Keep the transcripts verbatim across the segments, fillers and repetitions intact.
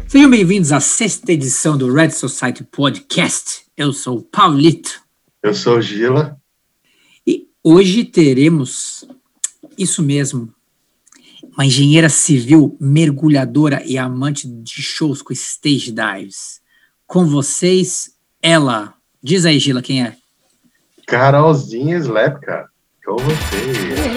Sejam bem-vindos à sexta edição do Red Society Podcast. Eu sou o Paulito. Eu sou o Gila. E hoje teremos, isso mesmo, uma engenheira civil, mergulhadora e amante de shows com stage dives. Com vocês, ela. Diz aí, Gila, quem é? Carolzinha Slap, cara. Com você.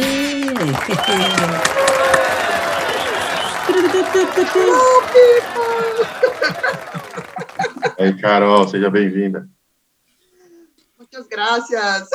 Aí, Carol, seja bem-vinda. Muitas graças.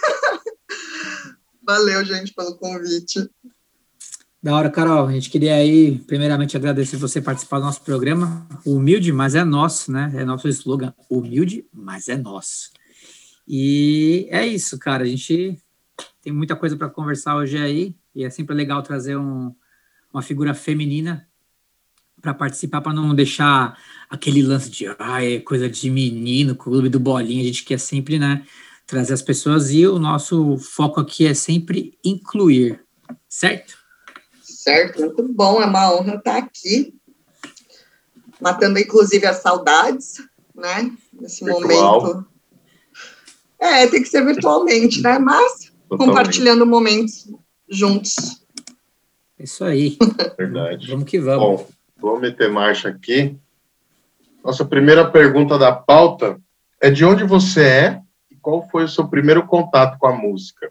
Valeu, gente, pelo convite. Da hora, Carol. A gente queria aí, primeiramente, agradecer você participar do nosso programa. Humilde, mas é nosso, né? É nosso slogan. Humilde, mas é nosso. E é isso, cara. A gente tem muita coisa para conversar hoje aí. E é sempre legal trazer um, uma figura feminina para participar, para não deixar aquele lance de ah, é coisa de menino, clube do bolinha. A gente quer sempre, né, trazer as pessoas e o nosso foco aqui é sempre incluir, certo? Certo, muito bom, é uma honra estar aqui, matando inclusive as saudades, né, nesse Virtual. momento. É, tem que ser virtualmente, né, mas Totalmente. Compartilhando momentos juntos. Isso aí. Verdade. Vamos que vamos. Bom, vou meter marcha aqui. Nossa primeira pergunta da pauta é: de onde você é e qual foi o seu primeiro contato com a música?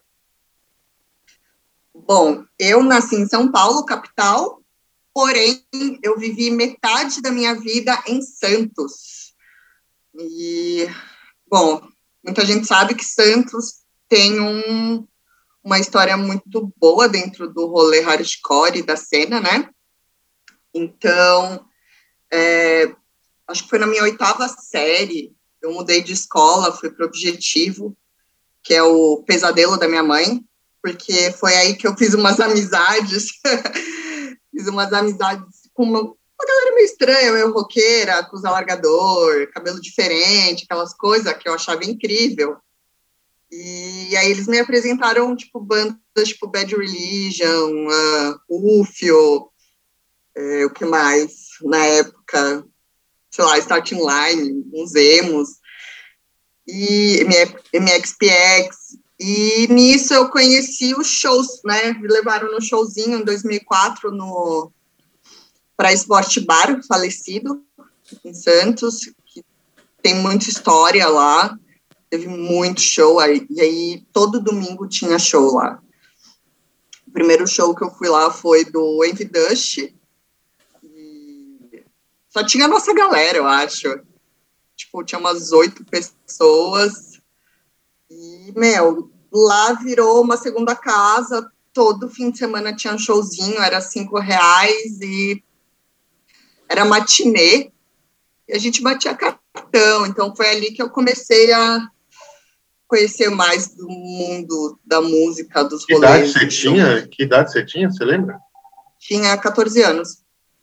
Bom, eu nasci em São Paulo, capital, porém eu vivi metade da minha vida em Santos. E, bom, muita gente sabe que Santos tem um, uma história muito boa dentro do rolê hardcore da cena, né? Então, é, acho que foi na minha oitava série, eu mudei de escola, fui para o Objetivo, que é o pesadelo da minha mãe, porque foi aí que eu fiz umas amizades, fiz umas amizades com uma, uma galera meio estranha, meio roqueira, com os alargador, cabelo diferente, aquelas coisas que eu achava incrível. E aí eles me apresentaram, tipo, bandas tipo Bad Religion, uh, Ufio, é, o que mais, na época, sei lá, Starting Line, uns emos, e M X P X, e nisso eu conheci os shows, né, me levaram no showzinho em dois mil e quatro no para Sport Bar, falecido, em Santos, que tem muita história lá, teve muito show, aí, e aí todo domingo tinha show lá. O primeiro show que eu fui lá foi do Envy Dust, e só tinha a nossa galera, eu acho. Tipo, tinha umas oito pessoas, e, meu, lá virou uma segunda casa, todo fim de semana tinha um showzinho, era cinco reais, e era matinê, e a gente batia cartão, então foi ali que eu comecei a conhecer mais do mundo da música, dos Que rolês. idade você tinha? Que idade você tinha? Você lembra? Tinha catorze anos.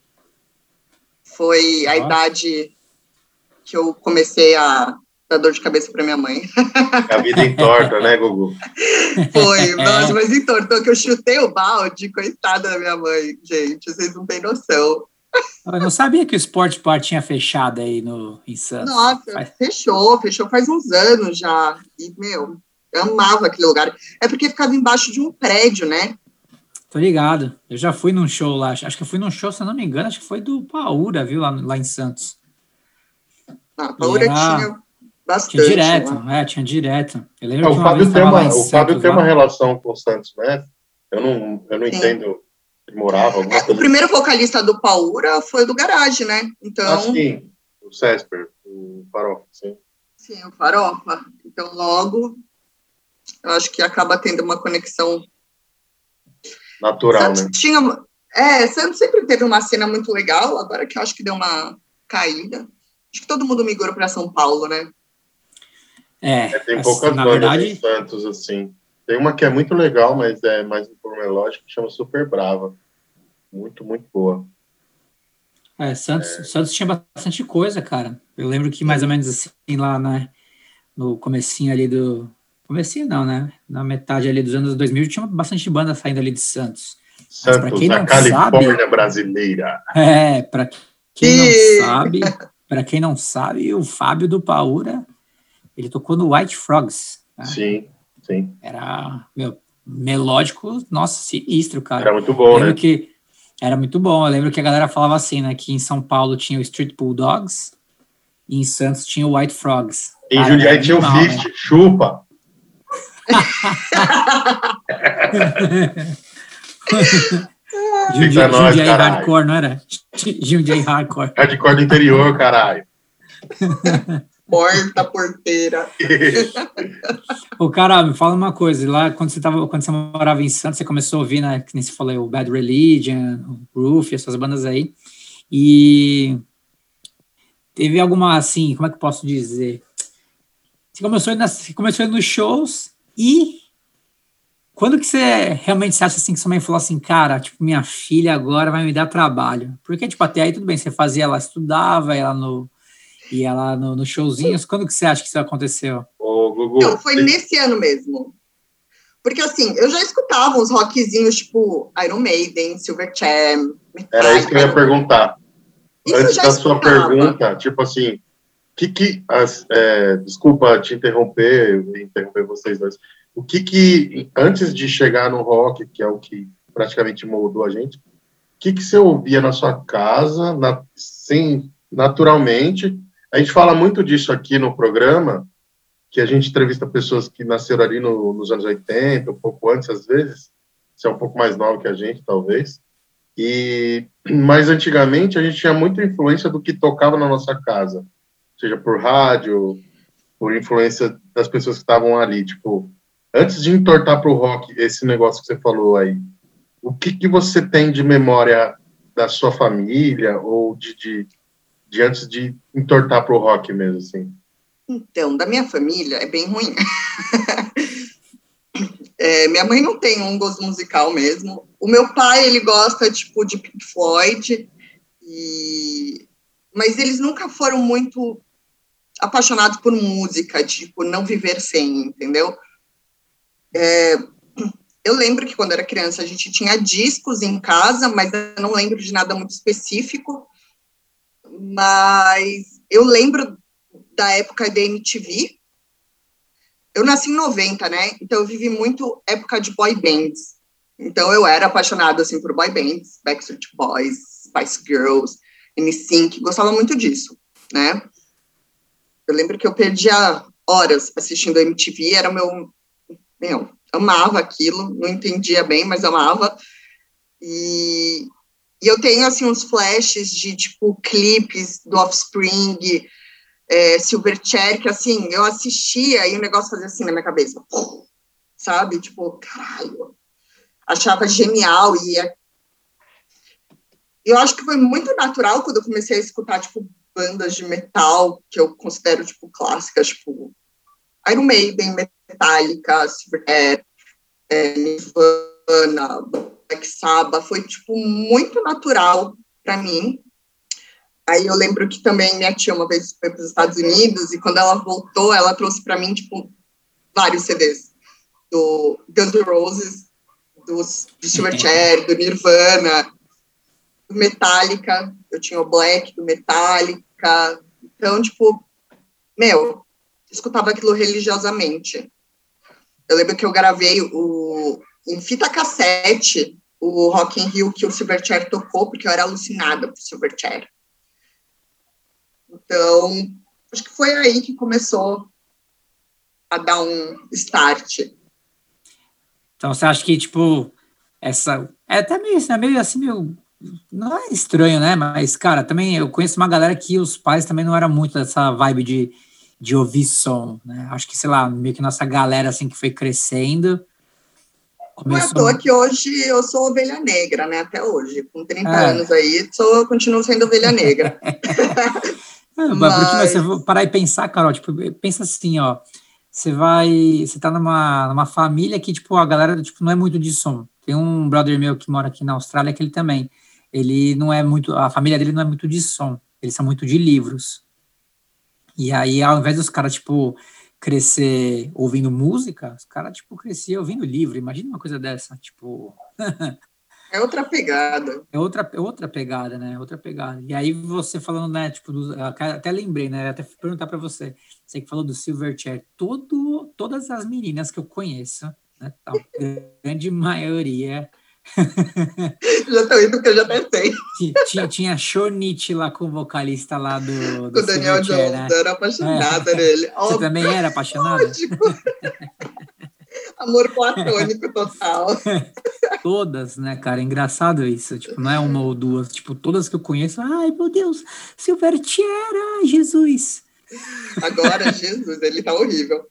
Foi a Ah. idade que eu comecei a dar dor de cabeça para minha mãe. A vida entorta, né, Gugu? Foi, nossa, mas entortou que eu chutei o balde, coitada da minha mãe. Gente, vocês não têm noção. Eu não sabia que o Sport Bar tinha fechado aí no, em Santos. Nossa, Faz... fechou, fechou faz uns anos já. E, meu, eu amava aquele lugar. É porque ficava embaixo de um prédio, né? Tô ligado. Eu já fui num show lá. Acho que eu fui num show, se eu não me engano, acho que foi do Paura, viu? Lá, lá em Santos. A Paura era... tinha bastante. Tinha direto, né? é, tinha direto. Eu lembro É, que o uma Fábio vez tem, tava lá uma, em o Santos, Fábio tem lá. uma relação com o Santos, né? Eu não, eu não entendo se morava. Alguma É, coisa. o primeiro vocalista do Paura foi do Garage, né? Então, Ah, sim. O Césper, o Farofa, sim. sim, o Farofa. Então, logo, eu acho que acaba tendo uma conexão Natural, Santos né? tinha, é, Santos sempre teve uma cena muito legal, agora que eu acho que deu uma caída. Acho que todo mundo migrou para São Paulo, né? É, É, tem assim, poucas na bandas verdade... em Santos, assim. Tem uma que é muito legal, mas é mais informelógica, que chama Super Brava. Muito, muito boa. É, Santos, é... Santos tinha bastante coisa, cara. Eu lembro que mais ou menos assim, lá, né, no comecinho ali do... Comecinho não, né? Na metade ali dos anos dois mil tinha bastante banda saindo ali de Santos. Santos, Mas quem não a Califórnia sabe, brasileira. É, para Quem não sabe, para quem não sabe, o Fábio do Paura, ele tocou no White Frogs. Né? Sim, sim. Era, meu, melódico, nossa, sinistro, cara. Era muito bom, eu lembro né? Que era muito bom. Eu lembro que a galera falava assim, né? Que em São Paulo tinha o Street Bulldogs e em Santos tinha o White Frogs. Em Cara, Jundiaí tinha o Fist, né? Chupa. Jundiaí, nós, Jundiaí Hardcore, não era? Jundiaí Hardcore. Hardcore do interior, caralho. Porta, porteira. Ô, cara, me fala uma coisa. Lá, quando você, tava, quando você morava em Santos, você começou a ouvir, né? Que nem você falou, o Bad Religion, o Roof, essas bandas aí. E teve alguma, assim, como é que eu posso dizer? Você começou, nas, você começou a ir nos shows e quando que você realmente você acha assim que sua mãe falou assim, cara, tipo, minha filha agora vai me dar trabalho? Porque, tipo, até aí tudo bem, você fazia, ela estudava, ela no, ia lá no, nos showzinhos. Quando que você acha que isso aconteceu? Ô, Gugu. Não, foi nesse ano mesmo. Porque, assim, eu já escutava uns rockzinhos, tipo Iron Maiden, Silverchair, Metallica. Era isso que eu ia perguntar. Isso Antes já da sua escutava. pergunta, tipo assim, que que as, é, desculpa te interromper, interromper vocês dois. O que que, antes de chegar no rock, que é o que praticamente moldou a gente, o que que você ouvia na sua casa, na, sim, naturalmente? A gente fala muito disso aqui no programa, que a gente entrevista pessoas que nasceram ali no, nos anos oitenta, um pouco antes, às vezes. Você é um pouco mais nova que a gente, talvez. E, mas antigamente a gente tinha muita influência do que tocava na nossa casa, seja por rádio, por influência das pessoas que estavam ali. Tipo, antes de entortar para o rock, esse negócio que você falou aí, o que, que você tem de memória da sua família ou de, de, de antes de entortar para o rock mesmo, assim? Então, da minha família é bem ruim. É, minha mãe não tem um gosto musical mesmo. O meu pai, ele gosta, tipo, de Pink Floyd, e... mas eles nunca foram muito apaixonados por música, tipo, não viver sem, entendeu? É... Eu lembro que quando era criança a gente tinha discos em casa, mas eu não lembro de nada muito específico. Mas eu lembro da época da M T V. Eu nasci em noventa, né? Então eu vivi muito época de boy bands. Então eu era apaixonada assim por boy bands, Backstreet Boys, Spice Girls, N Sync, gostava muito disso, né? Eu lembro que eu perdia horas assistindo a M T V, era o meu, meu, amava aquilo, não entendia bem, mas amava. E, e eu tenho assim uns flashes de tipo clipes do Offspring, É, Silverchair, que assim, eu assistia e o negócio fazia assim na minha cabeça, sabe? Tipo, caralho, achava genial. E eu acho que foi muito natural quando eu comecei a escutar, tipo, bandas de metal, que eu considero, tipo, clássicas, tipo, Iron Maiden, Metallica, Silverchair, é, Nirvana, Black Sabbath, foi, tipo, muito natural para mim. Aí eu lembro que também minha tia uma vez foi para os Estados Unidos e quando ela voltou, ela trouxe para mim, tipo, vários C Ds. Do Guns N' Roses, do, do Silverchair, do Nirvana, do Metallica. Eu tinha o Black do Metallica. Então, tipo, meu, escutava aquilo religiosamente. Eu lembro que eu gravei o, em fita cassete o Rock in Rio que o Silverchair tocou, porque eu era alucinada por Silverchair. Então, acho que foi aí que começou a dar um start. Então, você acha que, tipo, essa... É até meio, é meio assim, meio... Não é estranho, né? Mas, cara, também eu conheço uma galera que os pais também não eram muito dessa vibe de, de ouvir som, né? Acho que, sei lá, meio que nossa galera, assim, que foi crescendo... Não é à toa que hoje eu sou ovelha negra, né? Até hoje. Com trinta é. anos aí, sou, eu continuo sendo ovelha negra. É, mas... Porque mas, você parar e pensar, Carol, tipo, pensa assim, ó, você vai, você tá numa, numa família que, tipo, a galera, tipo, não é muito de som. Tem um brother meu que mora aqui na Austrália que ele também, ele não é muito, a família dele não é muito de som, eles são muito de livros. E aí, ao invés dos caras, tipo, crescer ouvindo música, os caras, tipo, cresciam ouvindo livro. Imagina uma coisa dessa, tipo... É outra pegada. É outra, é outra pegada, né? Outra pegada. E aí você falando, né? Tipo, do, até lembrei, né? Até fui perguntar para você. Você que falou do Silverchair. Todo, todas as meninas que eu conheço, né? A grande maioria. Já tô indo porque eu já até sei. Tinha, tinha Shonit lá com o vocalista lá do, do Com o Daniel Silverchair, Jones, né? eu era apaixonada é. nele. Você Óbvio, também era apaixonada? Lógico. Amor platônico total. Todas, né, cara? Engraçado isso. Tipo, não é uma ou duas. Tipo, todas que eu conheço. Ai, meu Deus, Silverchair, ai, Jesus. Agora, Jesus, ele tá horrível.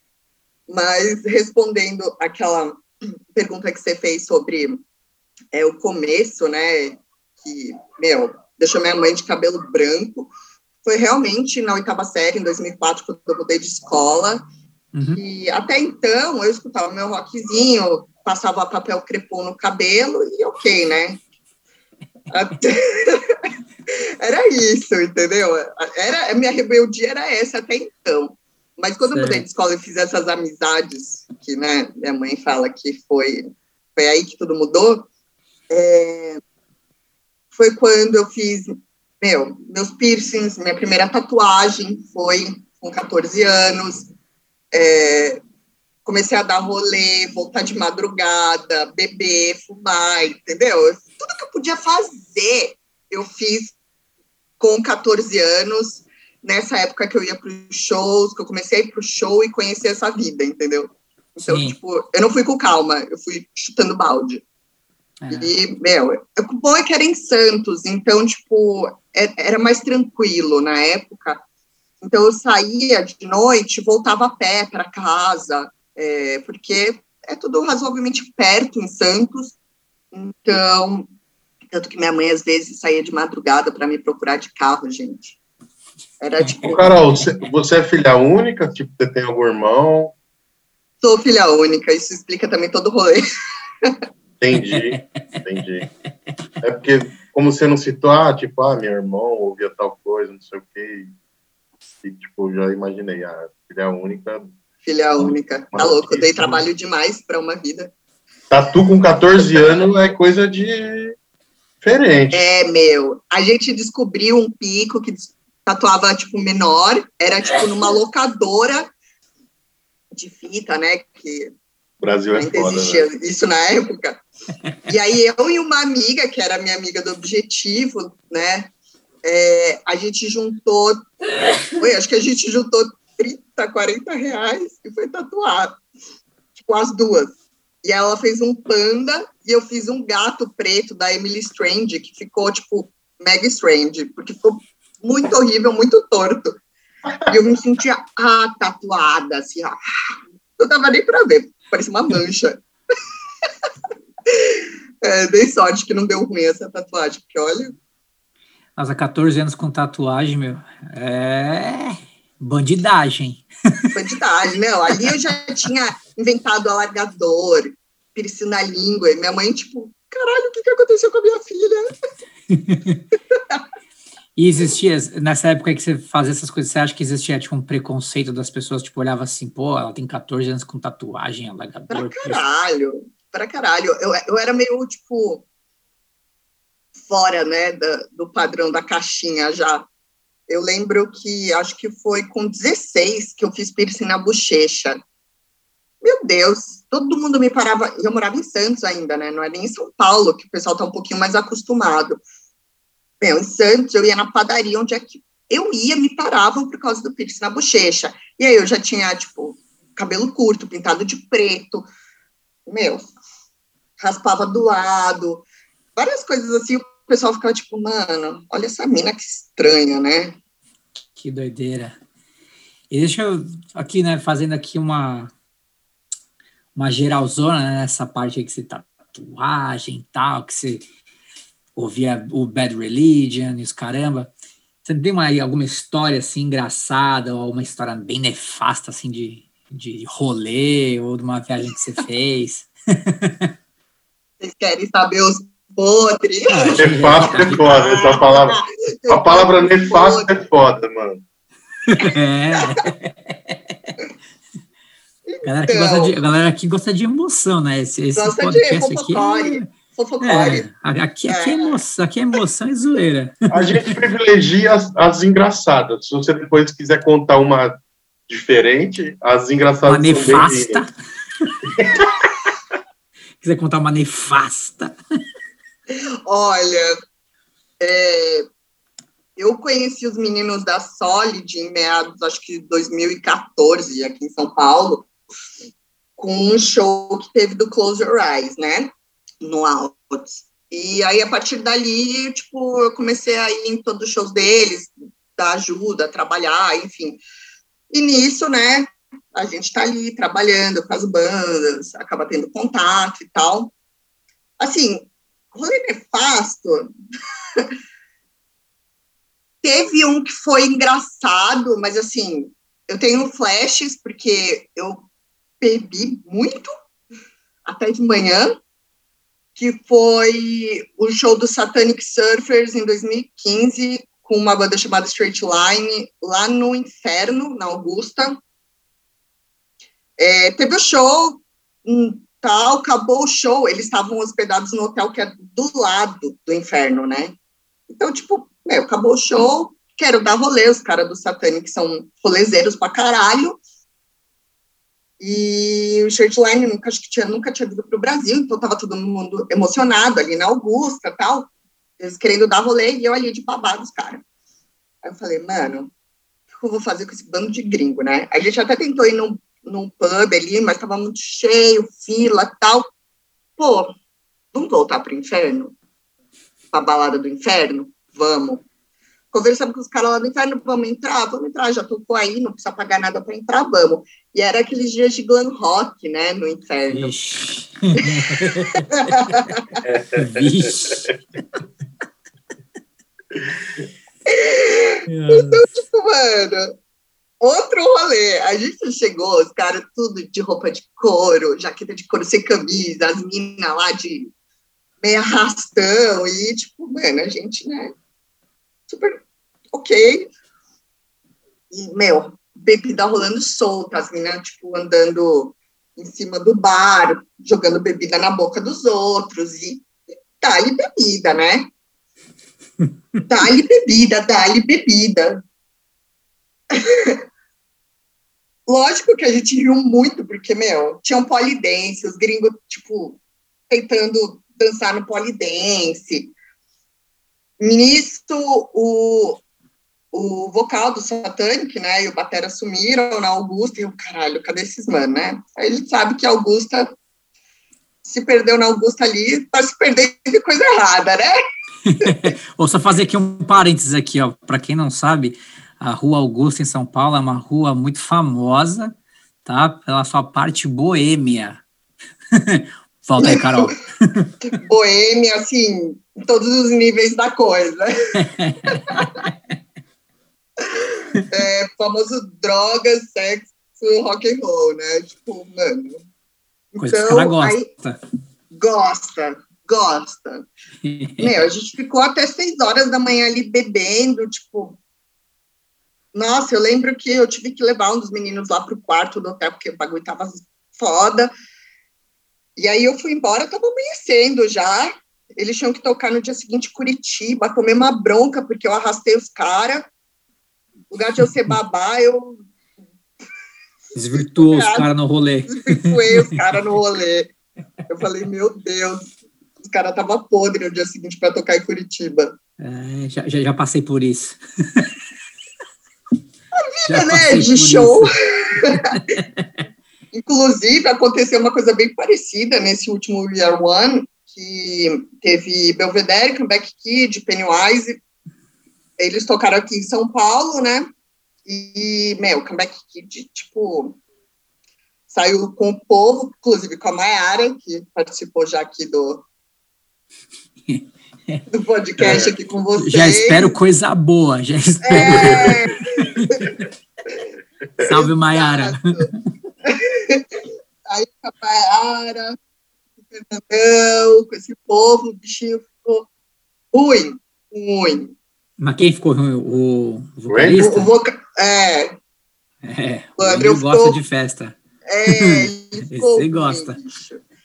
Mas, respondendo aquela pergunta que você fez sobre é, o começo, né, que, meu, deixou minha mãe de cabelo branco, foi realmente na oitava série, em dois mil e quatro, quando eu mudei de escola, uhum. E até então eu escutava meu rockzinho, passava papel crepom no cabelo e ok, né? Até... Era isso, entendeu? Era, a minha rebeldia era essa até então. Mas quando certo. eu mudei de escola e fiz essas amizades, que, né, minha mãe fala que foi, foi aí que tudo mudou, é, foi quando eu fiz, meu, meus piercings, minha primeira tatuagem foi com catorze anos, é, comecei a dar rolê, voltar de madrugada, beber, fumar, entendeu? Tudo que eu podia fazer, eu fiz com catorze anos, nessa época que eu ia para os shows, que eu comecei a ir para o show e conhecer essa vida, entendeu? Então, Sim. tipo, eu não fui com calma, eu fui chutando balde. É. E, meu, o bom é que era em Santos, então, tipo, era mais tranquilo na época. Então, eu saía de noite, voltava a pé para casa, é, porque é tudo razoavelmente perto em Santos. Então, tanto que minha mãe, às vezes, saía de madrugada para me procurar de carro, gente. Era, tipo... Ô, Carol, você, você é filha única? Tipo, você tem algum irmão? Sou filha única, isso explica também todo o rolê. Entendi, entendi. É porque, como você não citou, ah, tipo, ah, meu irmão ouvia tal coisa, não sei o quê, e, tipo, já imaginei, ah, filha única... Filha única, tá louco, eu dei trabalho demais para uma vida. Tatu com catorze anos é coisa de... diferente. É, meu, a gente descobriu um pico que tatuava, tipo, menor, era, tipo, numa locadora de fita, né, que... Brasil é foda, existia né? Isso na época. E aí eu e uma amiga, que era minha amiga do Objetivo, né, é, a gente juntou, foi, acho que a gente juntou trinta, quarenta reais e foi tatuar, tipo, as duas. E ela fez um panda e eu fiz um gato preto da Emily Strange, que ficou, tipo, mega strange, porque ficou muito horrível, muito torto. E eu me sentia, ah, tatuada, assim, ó. Não dava nem pra ver, parecia uma mancha. É, dei sorte que não deu ruim essa tatuagem, porque olha... Nossa, catorze anos com tatuagem, meu, é bandidagem. Bandidagem, não, ali eu já tinha inventado alargador, piercing na língua, e minha mãe, tipo, caralho, o que, que aconteceu com a minha filha? E existia, nessa época que você fazia essas coisas, você acha que existia, tipo, um preconceito das pessoas, tipo, olhava assim, pô, ela tem catorze anos com tatuagem, alargador... Pra caralho, pra caralho. Eu, eu era meio, tipo, fora, né, da, do padrão da caixinha já. Eu lembro que, acho que foi com dezesseis que eu fiz piercing na bochecha. Meu Deus, todo mundo me parava, eu morava em Santos ainda, né, não é nem em São Paulo, que o pessoal tá um pouquinho mais acostumado. Meu, em Santos, eu ia na padaria, onde é que eu ia, me paravam por causa do piercing na bochecha. E aí eu já tinha, tipo, cabelo curto, pintado de preto. Meu, raspava do lado. Várias coisas assim, o pessoal ficava tipo, mano, olha essa mina que estranha, né? Que doideira. E deixa eu, aqui, né, fazendo aqui uma, uma geralzona, né, nessa parte aí que você tá, tatuagem e tal, que você... ouvia o Bad Religion e os caramba. Você tem uma, alguma história, assim, engraçada ou uma história bem nefasta, assim, de, de rolê ou de uma viagem que você fez? Vocês querem saber os podres? Ah, nefasto é foda, essa palavra. A palavra nefasto é foda, mano. É. A galera, que gosta de, a galera aqui gosta de emoção, né? Esse, esse gosta podcast de aqui é, Fofocore. É, aqui, aqui, é emoção, aqui é emoção e zoeira. A gente privilegia as, as engraçadas. Se você depois quiser contar uma diferente, as engraçadas uma são nefasta. bem-vindas. Quiser contar uma nefasta? Olha, é, eu conheci os meninos da Solid em meados, acho que dois mil e quatorze, aqui em São Paulo, com um show que teve do Close Your Eyes, né? No Altos. E aí, a partir dali, tipo, eu comecei a ir em todos os shows deles, dar ajuda, trabalhar, enfim. E nisso, né, a gente tá ali trabalhando com as bandas, acaba tendo contato e tal. Assim, rolê nefasto. Teve um que foi engraçado, mas assim, eu tenho flashes, porque eu bebi muito, até de manhã, que foi o show do Satanic Surfers em dois mil e quinze, com uma banda chamada Straight Line, lá no Inferno, na Augusta. É, teve o show, um, tal, acabou o show, eles estavam hospedados no hotel que é do lado do Inferno, né? Então, tipo, meu, acabou o show, quero dar rolê, os caras do Satanic são rolezeiros pra caralho, e o Shirtline nunca, acho que tinha, nunca tinha vindo pro Brasil, então tava todo mundo emocionado ali na Augusta e tal, eles querendo dar rolê, e eu ali de babado, cara. Aí eu falei, mano, o que eu vou fazer com esse bando de gringo, né? A gente até tentou ir num, num pub ali, mas tava muito cheio, fila e tal. Pô, vamos voltar pro inferno? Pra balada do inferno? Vamos. Conversamos com os caras lá do inferno, vamos entrar? Vamos entrar, já tocou aí, não precisa pagar nada para entrar, vamos. E era aqueles dias de glam rock, né, no inferno. Vixe. Vixe. Então, tipo, mano, outro rolê. A gente chegou, os caras tudo de roupa de couro, jaqueta de couro sem camisa, as minas lá de meio arrastão, e tipo, mano, a gente, né, super ok. E, meu, bebida rolando solta, as meninas, tipo, andando em cima do bar, jogando bebida na boca dos outros, e dá-lhe bebida, né? Dá-lhe bebida, dá-lhe bebida. Lógico que a gente riu muito, porque, meu, tinha um polidense, os gringos, tipo, tentando dançar no polidense. Nisso, o, o vocal do Satanic, né, e o batera sumiram na Augusta, e eu, caralho, cadê esses mano, né? Aí a gente sabe que a Augusta se perdeu na Augusta ali, tá se perdendo de coisa errada, né? Vou só fazer aqui um parênteses aqui, ó, para quem não sabe, a Rua Augusta em São Paulo é uma rua muito famosa, tá? Pela sua parte boêmia. Volta aí, Carol. Boêmia, assim, em todos os níveis da coisa. É, famoso drogas, sexo, rock and roll, né? Tipo, mano. Coisa então, que ela gosta. Aí, gosta, gosta. Meu, a gente ficou até seis horas da manhã ali bebendo, tipo. Nossa, eu lembro que eu tive que levar um dos meninos lá pro quarto do hotel, porque o bagulho tava foda. E aí eu fui embora, tava amanhecendo já. Eles tinham que tocar no dia seguinte em Curitiba, tomei uma bronca, porque eu arrastei os caras. No lugar de eu ser babá, eu... Desvirtuou os caras no rolê. Desvirtuei os caras no rolê. Eu falei, meu Deus, os caras estavam podres no dia seguinte para tocar em Curitiba. É, já, já, já passei por isso. A vida, né, de show. Inclusive, aconteceu uma coisa bem parecida nesse último Year One, que teve Belvedere, Comeback Kid, Pennywise. Eles tocaram aqui em São Paulo, né? E, meu, Comeback Kid, tipo, saiu com o povo, inclusive com a Mayara, que participou já aqui do, do podcast é. aqui com vocês. Já espero coisa boa, já espero. É... Salve, Mayara. Aí com a Mayara, com o Fernandão, com esse povo, o bichinho ficou ruim, ruim. Mas quem ficou ruim? O vocalista? O, o voca... É. É, o André gosta ficou... de festa. É, ele ficou Você ruim, gosta. Bicho.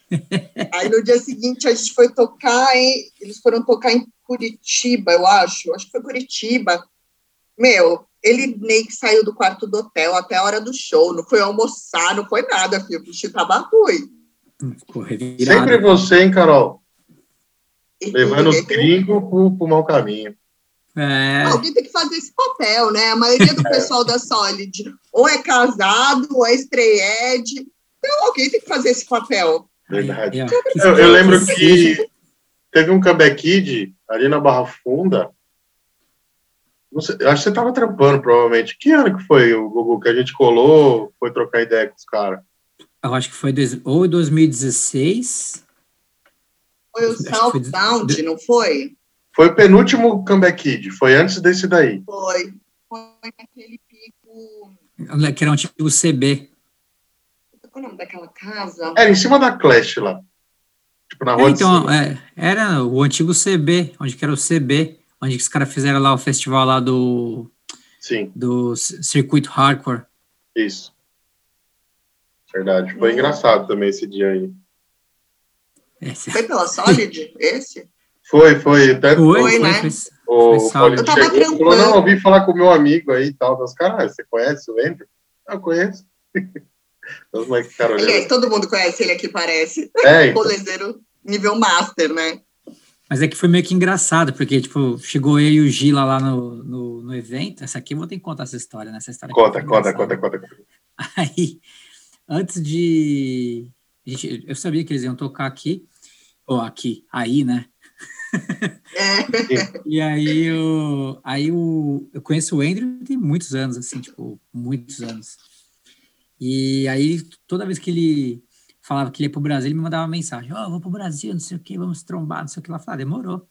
Aí no dia seguinte a gente foi tocar, em, eles foram tocar em Curitiba, eu acho, acho que foi Curitiba. Meu, ele nem que saiu do quarto do hotel até a hora do show, não foi almoçar, não foi nada, filho, o bicho tava ruim. Ficou revirado. Sempre você, hein, Carol? E Levando os tem- gringos pro, pro mau caminho. É, Alguém tem que fazer esse papel, né? A maioria do pessoal da Solid ou é casado, ou é estreed. Então, alguém tem que fazer esse papel. Verdade. aí, ó, que Eu, eu lembro seja. que teve um Comeback Kid ali na Barra Funda. Não sei, acho que você tava trampando, provavelmente. Que ano que foi, o Gugu, que a gente colou, foi trocar ideia com os caras? Eu acho que foi dois, ou dois mil e dezesseis. Foi o Acho que foi Southbound, de- não foi? Foi o penúltimo Comeback Kid, foi antes desse daí. Foi. Foi naquele pico. Que era um antigo C B. Qual é o nome daquela casa? Era em cima da Clash lá. Tipo, na rua É, de então, cima. é, era o antigo C B, onde que era o C B, onde que os caras fizeram lá o festival lá do, Sim, do C- circuito hardcore. isso. Verdade. Foi Hum. engraçado também esse dia aí. Esse- Foi pela Solid, esse? Foi, foi. Até Foi, Foi, foi, né? foi, o foi Paulinho Eu tava chegou e falou, trampando. não, eu ouvi falar com o meu amigo aí e tal. Os caras, você conhece o Andrew? Eu conheço. Os moleques ficaram olhando. Aliás, todo mundo conhece ele aqui, parece. É, então. Rolezeiro nível master, né? Mas é que foi meio que engraçado, porque, tipo, chegou eu e o Gila lá no, no, no evento. Essa aqui eu vou ter que contar essa história, né? Essa história aqui Conta, foi conta, engraçada. conta, conta, conta. Aí, antes de... a gente- eu sabia que eles iam tocar aqui, ou aqui, aí, né? É. E aí, eu, aí eu, eu conheço o Andrew tem muitos anos, assim, tipo, muitos anos. E aí, toda vez que ele falava que ele ia pro Brasil, ele me mandava mensagem: Ó, eu vou pro Brasil, não sei o que, vamos trombar, não sei o que lá. Eu falei: ah, demorou.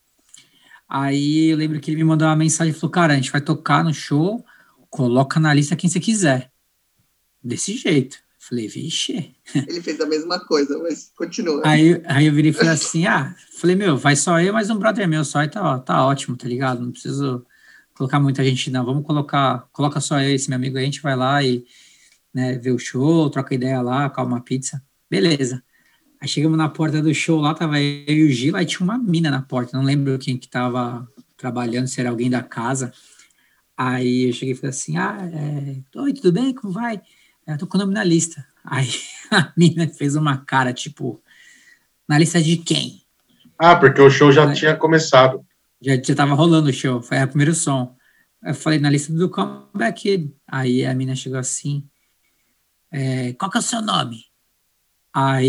Aí eu lembro que ele me mandou uma mensagem e falou: cara, a gente vai tocar no show, coloca na lista quem você quiser. Desse jeito. Eu falei: vixe. Ele fez a mesma coisa, mas continua. Aí, aí eu virei e falei assim: ah, falei, meu, vai só eu, mais um brother meu só, e tá, ó, tá ótimo, tá ligado? Não preciso colocar muita gente, não. Vamos colocar, coloca só eu e esse meu amigo aí, a gente vai lá e, né, ver o show, troca ideia lá, calma uma pizza. Beleza. Aí chegamos na porta do show lá, tava eu e o Gila, aí tinha uma mina na porta, não lembro quem que tava trabalhando, se era alguém da casa. Aí eu cheguei e falei assim: ah, é, oi, tudo bem? Como vai? Eu tô com o nome na lista. Aí a mina fez uma cara, tipo, na lista de quem? Ah, porque o show já Né? tinha começado. Já, já tava rolando o show, foi o primeiro som. Eu falei, na lista do Comeback Kid. Aí a mina chegou assim, é, qual que é o seu nome? Aí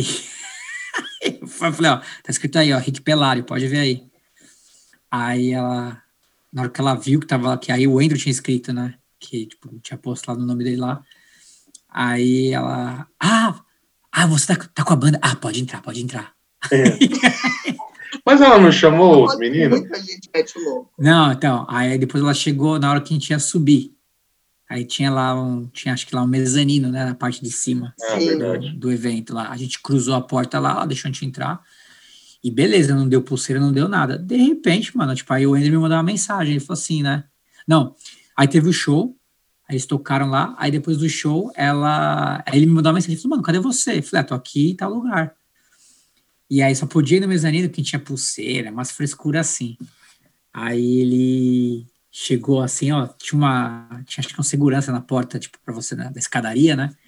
eu falei, ó, tá escrito aí, ó, Rick Pelário, pode ver aí. Aí ela, na hora que ela viu que tava, que aí o Andrew tinha escrito, né, que, tipo, tinha posto lá no nome dele lá. Aí ela, ah, ah, você tá, tá com a banda? Ah, pode entrar, pode entrar. É. Mas ela não chamou os meninos? Muita gente mete o louco. Não, então, aí depois ela chegou na hora que a gente ia subir. Aí tinha lá um, tinha acho que lá um mezanino, né, na parte de cima Ah, Sim. verdade. do evento lá. A gente cruzou a porta lá, ela deixou a gente entrar. E beleza, não deu pulseira, não deu nada. De repente, mano, tipo, aí o Andrew me mandou uma mensagem, ele falou assim, né? Não, aí teve o show, aí eles tocaram lá, aí depois do show, ela, aí ele me mandou uma mensagem, ele falou, mano, cadê você? Eu falei, ah, tô aqui em tal lugar. E aí só podia ir no mezanino quem tinha pulseira, umas frescuras assim. Aí ele chegou assim, ó, tinha uma, tinha acho que uma segurança na porta, tipo, pra você, né, da escadaria, né?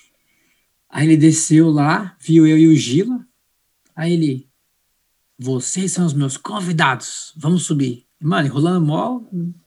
Aí ele desceu lá, viu eu e o Gila, aí ele, vocês são os meus convidados, vamos subir. Mano, rolando mó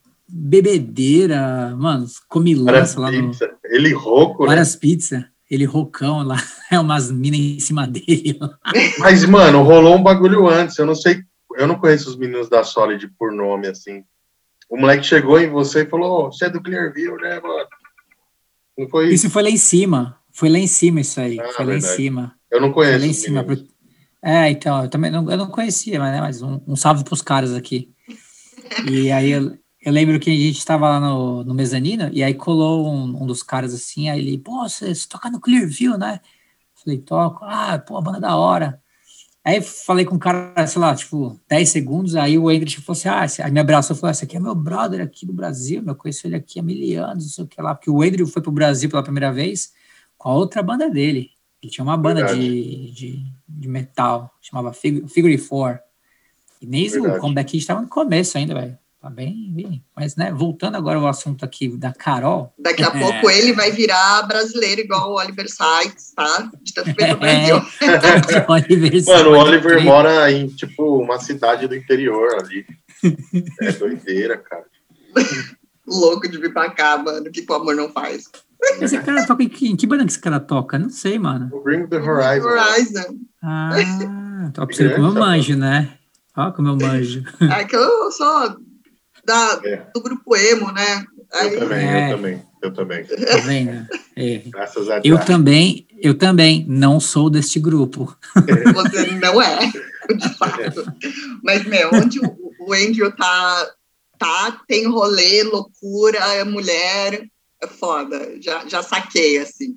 bebedeira, mano, comilança lá no... Pizza. Ele rouco, né? Várias pizzas, ele rocão lá, é umas minas em cima dele. Mas, mano, rolou um bagulho antes. Eu não sei, eu não conheço os meninos da Solid por nome, assim. O moleque chegou em você e falou, oh, você é do Clearview, né, mano? Não foi isso? Isso foi lá em cima, foi lá em cima isso aí, Ah, foi lá verdade. em cima. Eu não Foi lá conheço em os cima. meninos. Porque... É, então, eu também não, eu não conhecia, mas, né, mas um, um salve pros caras aqui. E aí eu, eu lembro que a gente estava lá no, no mezanino, e aí colou um, um dos caras assim, aí ele, pô, você, você toca no Clearview, né? Falei, toco. Ah, pô, a banda da hora. Aí falei com o cara, sei lá, tipo, dez segundos, aí o Andrew falou assim, ah, esse... aí me abraçou e falou, esse aqui é meu brother aqui do Brasil, meu, eu conheço ele aqui há mil anos, não sei o que lá, porque o Andrew foi pro Brasil pela primeira vez com a outra banda dele. Ele tinha uma banda Verdade. de, de, de metal, chamava Fig- Figure Four. E nem o comeback estava no começo ainda, velho. Tá bem, bem. Mas, né, voltando agora ao assunto aqui da Carol. Daqui a pouco ele vai virar brasileiro igual o Oliver Sykes, tá? De tanto ver no Brasil. É, Oliver Mano, o Oliver crer. mora em, tipo, uma cidade do interior ali. É doideira, cara. Louco de vir pra cá, mano. O que, que o amor não faz? Esse cara toca em que, em que banda que esse cara toca? Não sei, mano. O Bring the Horizon. Horizon. Ah, tô observando como eu manjo, né? Ó, como eu manjo. É que eu sou da, é. do grupo emo, né? Aí... Eu também, é. eu também, eu também. Tá vendo? É. Graças a Deus. Eu também, eu também não sou deste grupo. Você não é, de fato. Mas, meu, onde o, o Andrew tá, tá, tem rolê, loucura, é mulher, é foda. Já, já saquei, assim.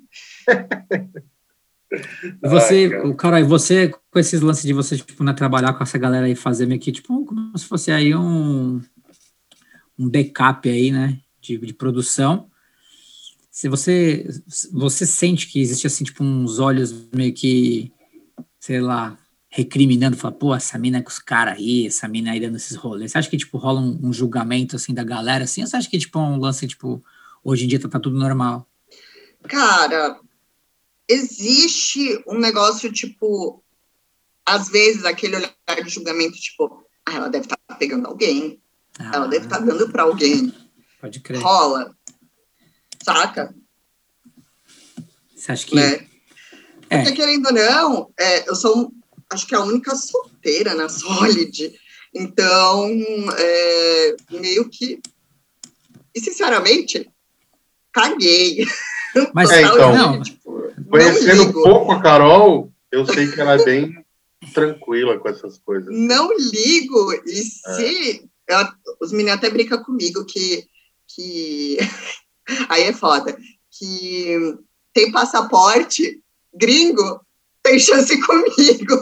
Você, Ai, cara, você com esses lances de você, tipo, né, trabalhar com essa galera aí, fazer meio que, tipo, como se fosse aí um, um backup aí, né, de, de produção. Se você, você sente que existe, assim, tipo, uns olhos meio que, sei lá, recriminando, fala, pô, essa mina é com os caras aí, essa mina aí dando esses rolês. Você acha que, tipo, rola um, um julgamento, assim, da galera, assim, ou você acha que, tipo, é um lance, tipo, hoje em dia tá, tá tudo normal? Cara... Existe um negócio, tipo, às vezes, aquele olhar de julgamento, tipo, ah, ela deve estar tá pegando alguém, ah, ela deve estar tá dando para alguém. Pode crer. Rola. Saca? Você acha que... Né? É. Porque, querendo ou não, é, eu sou, acho que a única solteira na Solid. Então, é, meio que... E, sinceramente, caguei. Mas, é, então... Não. Tipo, conhecendo um pouco a Carol, eu sei que ela é bem tranquila com essas coisas. Não ligo. E se... É. Eu, os meninos até brincam comigo que... que aí é foda. Que tem passaporte gringo, tem chance comigo.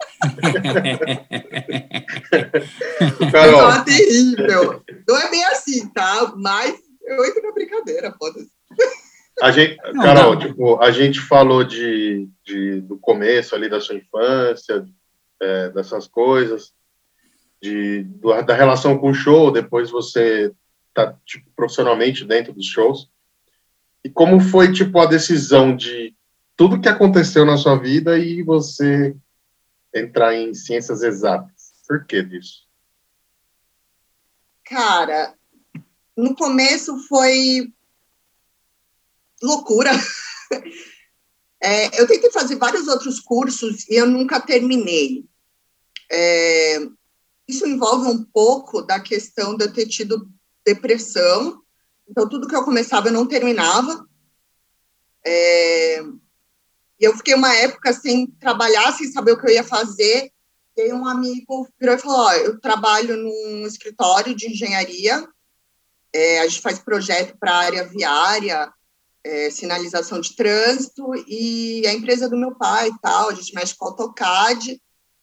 Carol. É terrível. Não é bem assim, tá? Mas eu entro na brincadeira, foda-se. A gente, não, Carol, não. Tipo, a gente falou de, de, do começo ali da sua infância, é, dessas coisas, de, do, da relação com o show, depois você tá, tipo, profissionalmente dentro dos shows. E como foi, tipo, a decisão de tudo que aconteceu na sua vida e você entrar em ciências exatas? Por que disso? Cara, no começo foi loucura. É, eu tentei fazer vários outros cursos e eu nunca terminei. É, isso envolve um pouco da questão de eu ter tido depressão. Então, tudo que eu começava, eu não terminava. É, e eu fiquei uma época sem trabalhar, sem saber o que eu ia fazer. E aí um amigo virou e falou, ó, eu trabalho num escritório de engenharia, é, a gente faz projeto para a área viária, É, sinalização de trânsito, e a empresa do meu pai e tal, a gente mexe com AutoCAD.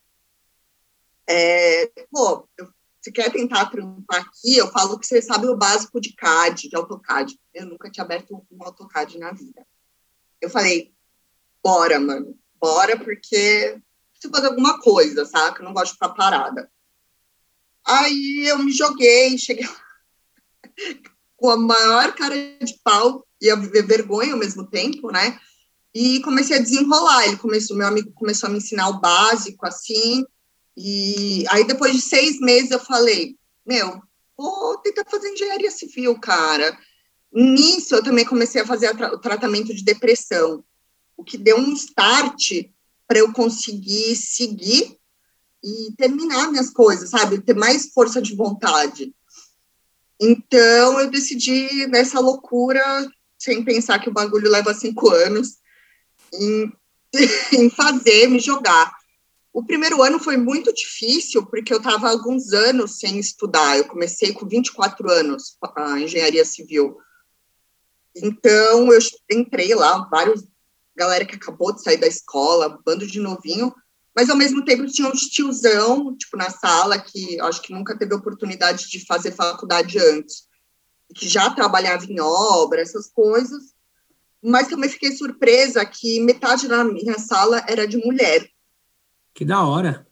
É, pô, eu, você quer tentar trampar aqui? Eu falo que você sabe o básico de C A D, de AutoCAD. Eu nunca tinha aberto um AutoCAD na vida. Eu falei, bora, mano, bora, porque preciso fazer alguma coisa, saca? Eu não gosto de ficar parada. Aí eu me joguei, cheguei com a maior cara de pau, ia viver vergonha ao mesmo tempo, né? E comecei a desenrolar. Ele começou, meu amigo começou a me ensinar o básico, assim. E aí, depois de seis meses, eu falei, meu, vou tentar fazer engenharia civil, cara. Nisso, eu também comecei a fazer o tratamento de depressão, o que deu um start para eu conseguir seguir e terminar minhas coisas, sabe? Ter mais força de vontade. Então, eu decidi, nessa loucura, sem pensar que o bagulho leva cinco anos, em, em fazer, me jogar. O primeiro ano foi muito difícil, porque eu estava há alguns anos sem estudar. Eu comecei com vinte e quatro anos a engenharia civil. Então, eu entrei lá, vários, galera que acabou de sair da escola, bando de novinho, mas, ao mesmo tempo, tinha uns tiozão, tipo, na sala, que acho que nunca teve oportunidade de fazer faculdade antes, que já trabalhava em obra, essas coisas, mas também fiquei surpresa que metade da minha sala era de mulher. Que da hora.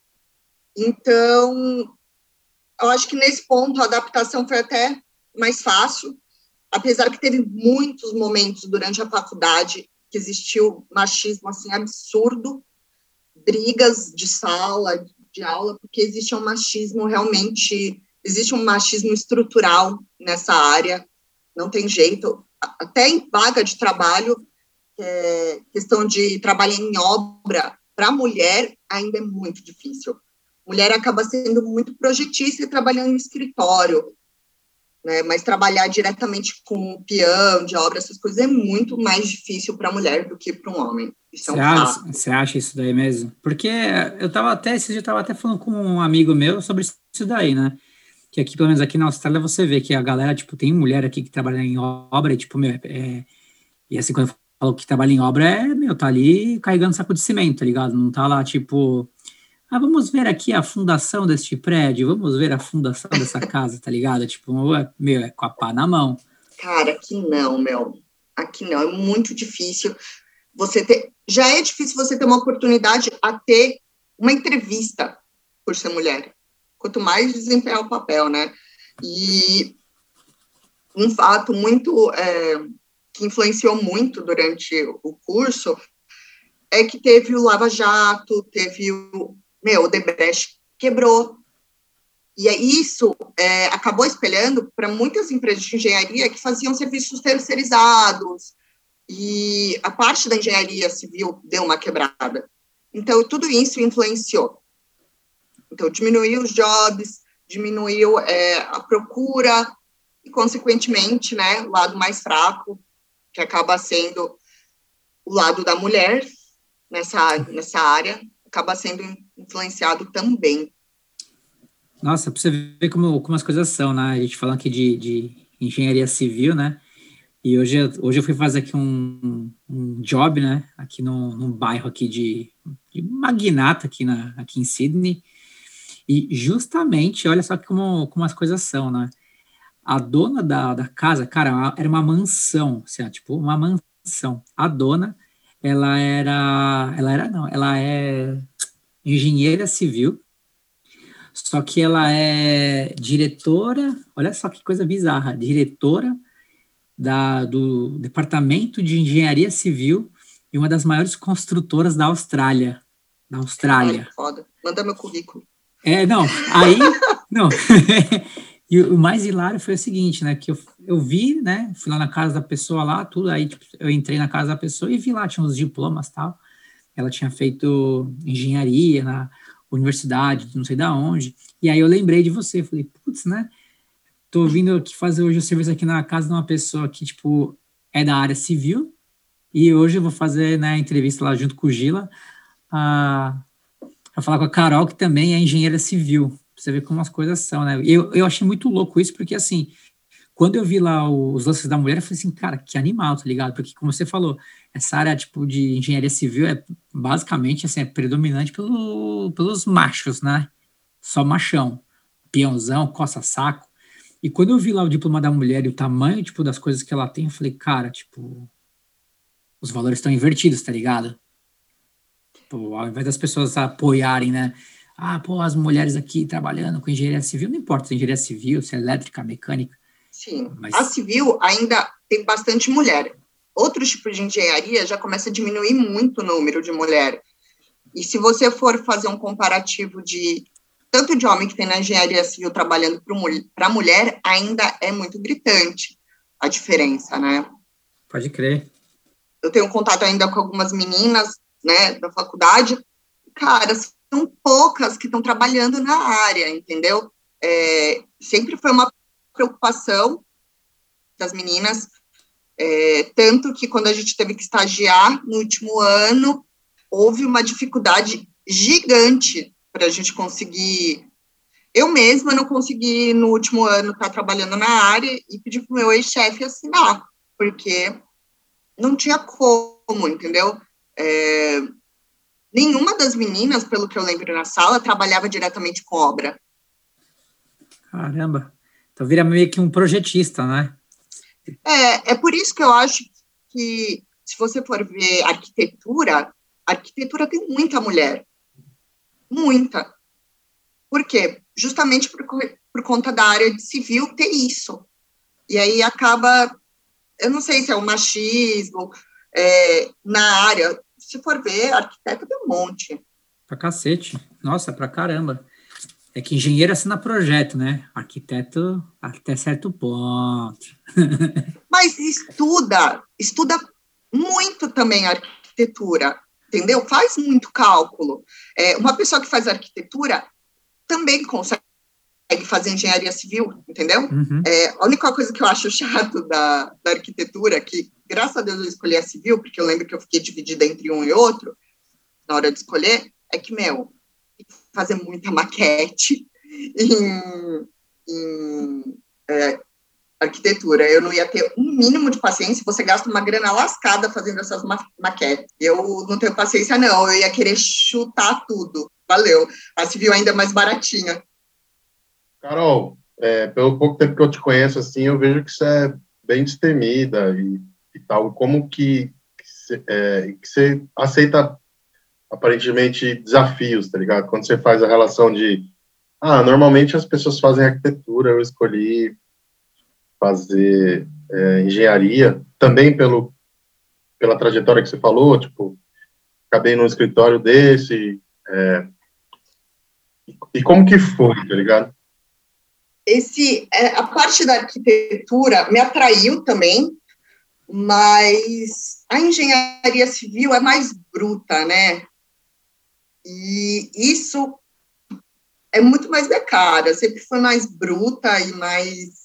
Então, eu acho que nesse ponto a adaptação foi até mais fácil, apesar que teve muitos momentos durante a faculdade que existiu machismo assim absurdo, brigas de sala, de aula, porque existe um machismo realmente, existe um machismo estrutural nessa área, não tem jeito, até em vaga de trabalho, é, questão de trabalhar em obra, para a mulher ainda é muito difícil. Mulher acaba sendo muito projetista e trabalhando em escritório, né? Mas trabalhar diretamente com peão, de obra, essas coisas é muito mais difícil para a mulher do que para um homem. Isso é um fato. Você acha isso daí mesmo? Porque eu tava até, esse dia eu tava até falando com um amigo meu sobre isso daí, né? Que aqui, pelo menos aqui na Austrália, você vê que a galera, tipo, tem mulher aqui que trabalha em obra e, tipo, meu, é, e assim, quando eu falo que trabalha em obra, é, meu, tá ali carregando saco de cimento, tá ligado? Não tá lá, tipo, ah, vamos ver aqui a fundação deste prédio, vamos ver a fundação dessa casa, tá ligado? Tipo, é, meu, é com a pá na mão. Cara, aqui não, meu. Aqui não, é muito difícil você ter... Já é difícil você ter uma oportunidade a ter uma entrevista por ser mulher. Quanto mais desempenhar o papel, né? E um fato muito... É, que influenciou muito durante o curso é que teve o Lava Jato, teve o... Meu, o Odebrecht quebrou. E isso é, acabou espelhando para muitas empresas de engenharia que faziam serviços terceirizados, e a parte da engenharia civil deu uma quebrada. Então, tudo isso influenciou. Então, diminuiu os jobs, diminuiu é, a procura, e, consequentemente, né, o lado mais fraco, que acaba sendo o lado da mulher nessa, nessa área, acaba sendo influenciado também. Nossa, pra você ver como, como as coisas são, né? A gente falando aqui de, de engenharia civil, né? E hoje, hoje eu fui fazer aqui um, um job, né? Aqui no, num bairro aqui de, de magnata aqui, na, aqui em Sydney. E justamente, olha só como, como as coisas são, né? A dona da, da casa, cara, era uma mansão, assim, ó, tipo, uma mansão. A dona, ela era, ela era, não, ela é engenheira civil, só que ela é diretora, olha só que coisa bizarra, diretora da, do Departamento de Engenharia Civil e uma das maiores construtoras da Austrália. Da Austrália. Caralho, foda. Manda meu currículo. É, não, aí, não. E o mais hilário foi o seguinte, né, que eu, eu vi, né, fui lá na casa da pessoa lá, tudo, aí tipo, eu entrei na casa da pessoa e vi lá, tinha uns diplomas e tal, ela tinha feito engenharia na universidade, não sei da onde, e aí eu lembrei de você, falei, putz, né, tô vindo aqui fazer hoje o serviço aqui na casa de uma pessoa que, tipo, é da área civil, e hoje eu vou fazer, né, a entrevista lá junto com o Gila, a, a falar com a Carol, que também é engenheira civil, pra você ver como as coisas são, né, eu, eu achei muito louco isso, porque, assim, quando eu vi lá os lances da mulher, eu falei assim, cara, que animal, tá ligado? Porque, como você falou, essa área, tipo, de engenharia civil é, basicamente, assim, é predominante pelo, pelos machos, né, só machão, peãozão, coça-saco. E quando eu vi lá o diploma da mulher e o tamanho, tipo, das coisas que ela tem, eu falei, cara, tipo, os valores estão invertidos, tá ligado? Tipo, ao invés das pessoas apoiarem, né? Ah, pô, as mulheres aqui trabalhando com engenharia civil, não importa se é engenharia civil, se é elétrica, mecânica. Sim, Mas... a civil ainda tem bastante mulher. Outros tipos de engenharia já começa a diminuir muito o número de mulher. E se você for fazer um comparativo de tanto de homem que tem na engenharia civil trabalhando para a mulher, ainda é muito gritante a diferença, né? Pode crer. Eu tenho contato ainda com algumas meninas, né, da faculdade. Cara, são poucas que estão trabalhando na área, entendeu? É, sempre foi uma preocupação das meninas, é, tanto que quando a gente teve que estagiar no último ano, houve uma dificuldade gigante para a gente conseguir. Eu mesma não consegui, no último ano, estar trabalhando na área e pedi para o meu ex-chefe assinar, porque não tinha como, entendeu? É, nenhuma das meninas, pelo que eu lembro na sala, trabalhava diretamente com obra. Caramba. Então vira meio que um projetista, né? É, é por isso que eu acho que, se você for ver arquitetura, a arquitetura tem muita mulher. muita. Por quê? Justamente por, por conta da área de civil ter isso. E aí acaba, eu não sei se é o machismo, é, na área, se for ver, arquiteto tem um monte. Pra cacete. Nossa, pra caramba. É que engenheiro assina projeto, né? Arquiteto até certo ponto. Mas estuda, estuda muito também a arquitetura, entendeu? Faz muito cálculo. É, uma pessoa que faz arquitetura também consegue fazer engenharia civil, entendeu? Uhum. É, a única coisa que eu acho chato da, da arquitetura, que graças a Deus eu escolhi a civil, porque eu lembro que eu fiquei dividida entre um e outro, na hora de escolher, é que, meu, tem que fazer muita maquete em, em é, arquitetura. Eu não ia ter um mínimo de paciência, você gasta uma grana lascada fazendo essas ma maquetes. Eu não tenho paciência, não, eu ia querer chutar tudo. Valeu. A civil ainda é mais baratinha. Carol, é, pelo pouco tempo que eu te conheço, assim, eu vejo que você é bem destemida e, e tal. Como que, que, você, é, que você aceita, aparentemente, desafios, tá ligado? Quando você faz a relação de, ah, normalmente as pessoas fazem arquitetura, eu escolhi fazer é, engenharia, também pelo, pela trajetória que você falou, tipo, acabei num escritório desse, é, e, e como que foi, tá ligado? Esse, é, a parte da arquitetura me atraiu também, mas a engenharia civil é mais bruta, né? E isso é muito mais minha cara, sempre foi mais bruta e mais...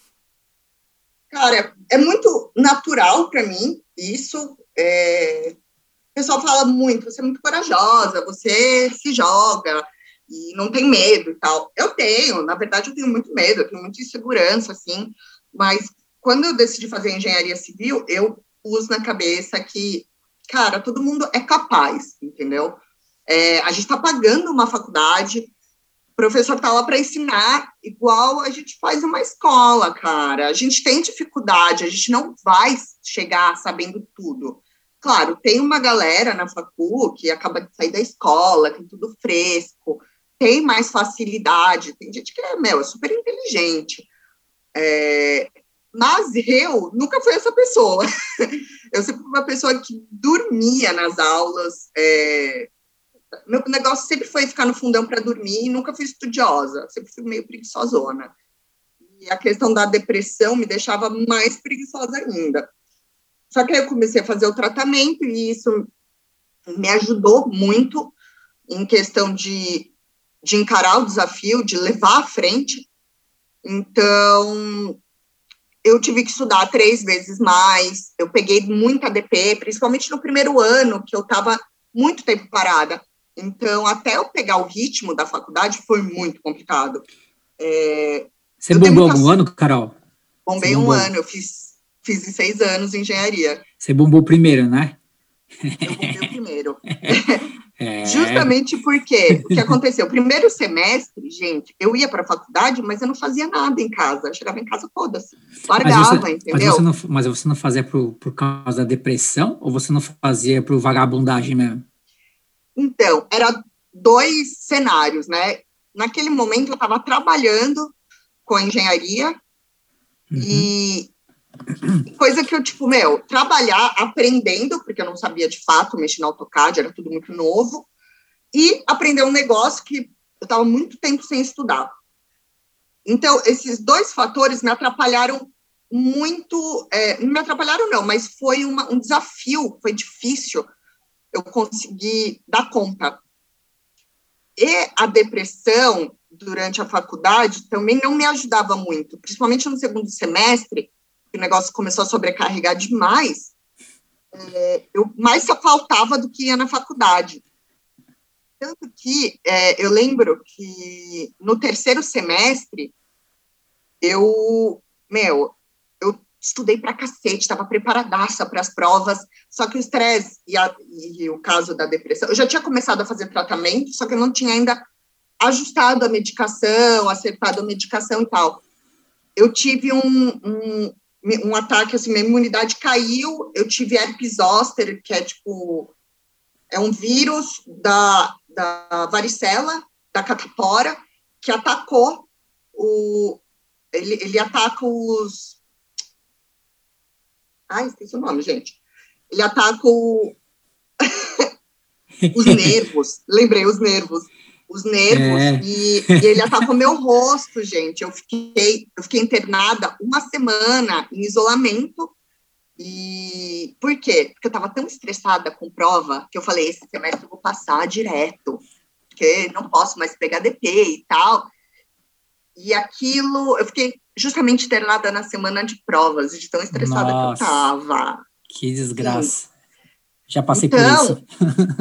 Cara, é muito natural para mim, isso. É... O pessoal fala muito, você é muito corajosa, você se joga e não tem medo e tal. Eu tenho, na verdade, eu tenho muito medo, eu tenho muita insegurança, assim, mas quando eu decidi fazer engenharia civil, eu pus na cabeça que, cara, todo mundo é capaz, entendeu? É, a gente está pagando uma faculdade, o professor está lá para ensinar, igual a gente faz uma escola, cara. A gente tem dificuldade, a gente não vai chegar sabendo tudo. Claro, tem uma galera na facu que acaba de sair da escola, tem tudo fresco, tem mais facilidade, tem gente que é, meu, é super inteligente. É, mas eu nunca fui essa pessoa. Eu sempre fui uma pessoa que dormia nas aulas, é, meu negócio sempre foi ficar no fundão para dormir e nunca fui estudiosa, sempre fui meio preguiçosona. E a questão da depressão me deixava mais preguiçosa ainda. Só que aí eu comecei a fazer o tratamento e isso me ajudou muito em questão de, de encarar o desafio, de levar à frente. Então, eu tive que estudar três vezes mais, eu peguei muita D P, principalmente no primeiro ano, que eu estava muito tempo parada. Então, até eu pegar o ritmo da faculdade foi muito complicado. É, Você bombou muita... algum ano, Carol? Bombei um ano, eu fiz, fiz em seis anos engenharia. Você bombou primeiro, né? Eu bombei o primeiro. É. Justamente porque o que aconteceu? Primeiro semestre, gente, eu ia para a faculdade, mas eu não fazia nada em casa. Eu chegava em casa toda assim, largava, mas você, entendeu? Mas você não, mas você não fazia por, por causa da depressão ou você não fazia por vagabundagem mesmo? Então, era dois cenários, né? Naquele momento eu estava trabalhando com engenharia uhum. e coisa que eu, tipo, meu, trabalhar aprendendo, porque eu não sabia de fato mexer no AutoCAD, era tudo muito novo, e aprender um negócio que eu estava muito tempo sem estudar. Então, esses dois fatores me atrapalharam muito, é, não me atrapalharam não, mas foi uma, um desafio, foi difícil eu conseguir dar conta. E a depressão durante a faculdade também não me ajudava muito, principalmente no segundo semestre, que o negócio começou a sobrecarregar demais, é, eu mais só faltava do que ia na faculdade. Tanto que é, eu lembro que no terceiro semestre, eu, meu, eu estudei pra cacete, estava preparadaça para as provas, só que o estresse e, e o caso da depressão, eu já tinha começado a fazer tratamento, só que eu não tinha ainda ajustado a medicação, acertado a medicação e tal. Eu tive um, um, um ataque, assim, minha imunidade caiu, eu tive herpes zoster, que é tipo, é um vírus da, da varicela, da catapora, que atacou o... Ele, ele ataca os... Ai, esqueci o nome, gente. Ele ataca o... os nervos. Lembrei, os nervos. Os nervos. É. E, e ele atacou meu rosto, gente. Eu fiquei, eu fiquei internada uma semana em isolamento. E por quê? Porque eu estava tão estressada com prova que eu falei, esse semestre eu vou passar direto, porque não posso mais pegar D P e tal. E aquilo, eu fiquei justamente internada na semana de provas, de tão estressada Nossa, que eu tava. Que desgraça. Sim. Já passei então, por isso.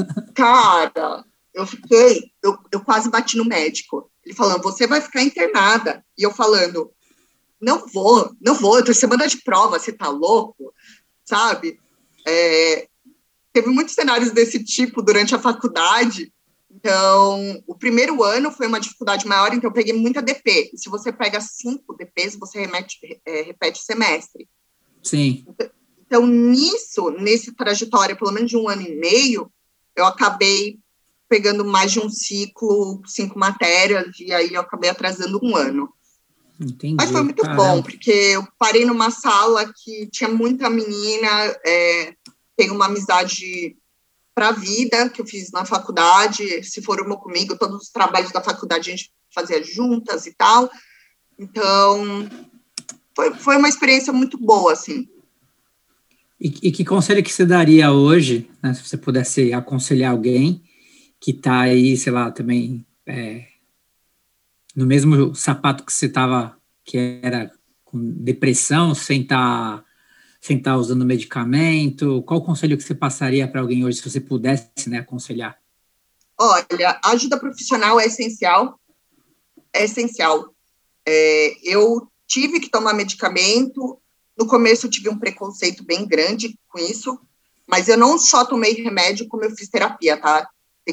Cara, eu fiquei, eu, eu quase bati no médico. Ele falando, você vai ficar internada. E eu falando, não vou, não vou, eu tô em semana de prova, você tá louco? Sabe? É, teve muitos cenários desse tipo durante a faculdade. Então, o primeiro ano foi uma dificuldade maior, então eu peguei muita D P. E se você pega cinco D Ps, você remete, é, repete o semestre. Sim. Então, então, nisso, nesse trajetória, pelo menos de um ano e meio, eu acabei pegando mais de um ciclo, cinco matérias, e aí eu acabei atrasando um ano. Entendi. Mas foi muito Caramba. bom, porque eu parei numa sala que tinha muita menina, é, tenho uma amizade para a vida, que eu fiz na faculdade, se formou comigo, todos os trabalhos da faculdade a gente fazia juntas e tal. Então, foi, foi uma experiência muito boa, assim. E, e que conselho que você daria hoje, né, se você pudesse aconselhar alguém que está aí, sei lá, também é, no mesmo sapato que você estava, que era com depressão, sem estar sem estar usando medicamento? Qual o conselho que você passaria para alguém hoje, se você pudesse, né, aconselhar? Olha, a ajuda profissional é essencial, é essencial. É, eu tive que tomar medicamento, no começo eu tive um preconceito bem grande com isso, mas eu não só tomei remédio, como eu fiz terapia, tá?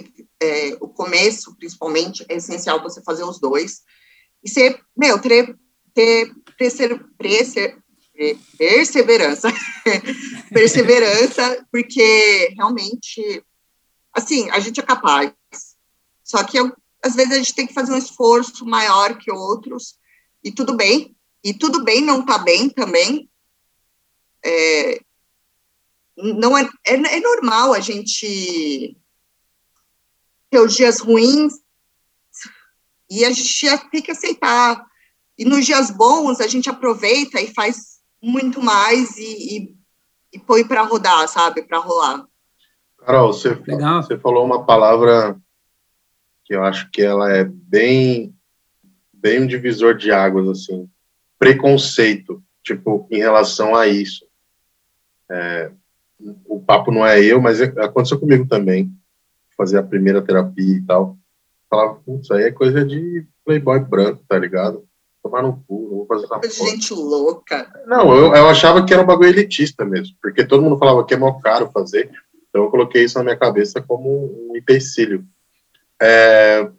É, o começo, principalmente, é essencial você fazer os dois. E ser, meu, ter, ter persever, persever, perseverança. perseverança, porque realmente, assim, a gente é capaz. Só que, eu, às vezes, a gente tem que fazer um esforço maior que outros, e tudo bem. E tudo bem não tá bem também. É, não é, é, é normal a gente ter os dias ruins, e a gente tem que aceitar. E nos dias bons, a gente aproveita e faz muito mais e, e, e põe para rodar, sabe? Para rolar. Carol, você, você falou uma palavra que eu acho que ela é bem, bem um divisor de águas, assim. Preconceito, tipo, em relação a isso. É, o papo não é eu, mas aconteceu comigo também. Fazer a primeira terapia e tal. Falava, putz, aí é coisa de playboy branco, tá ligado? Tomar no cu, não vou fazer essa coisa de gente louca. Não, eu, eu achava que era um bagulho elitista mesmo, porque todo mundo falava que é mó caro fazer, então eu coloquei isso na minha cabeça como um empecilho. É,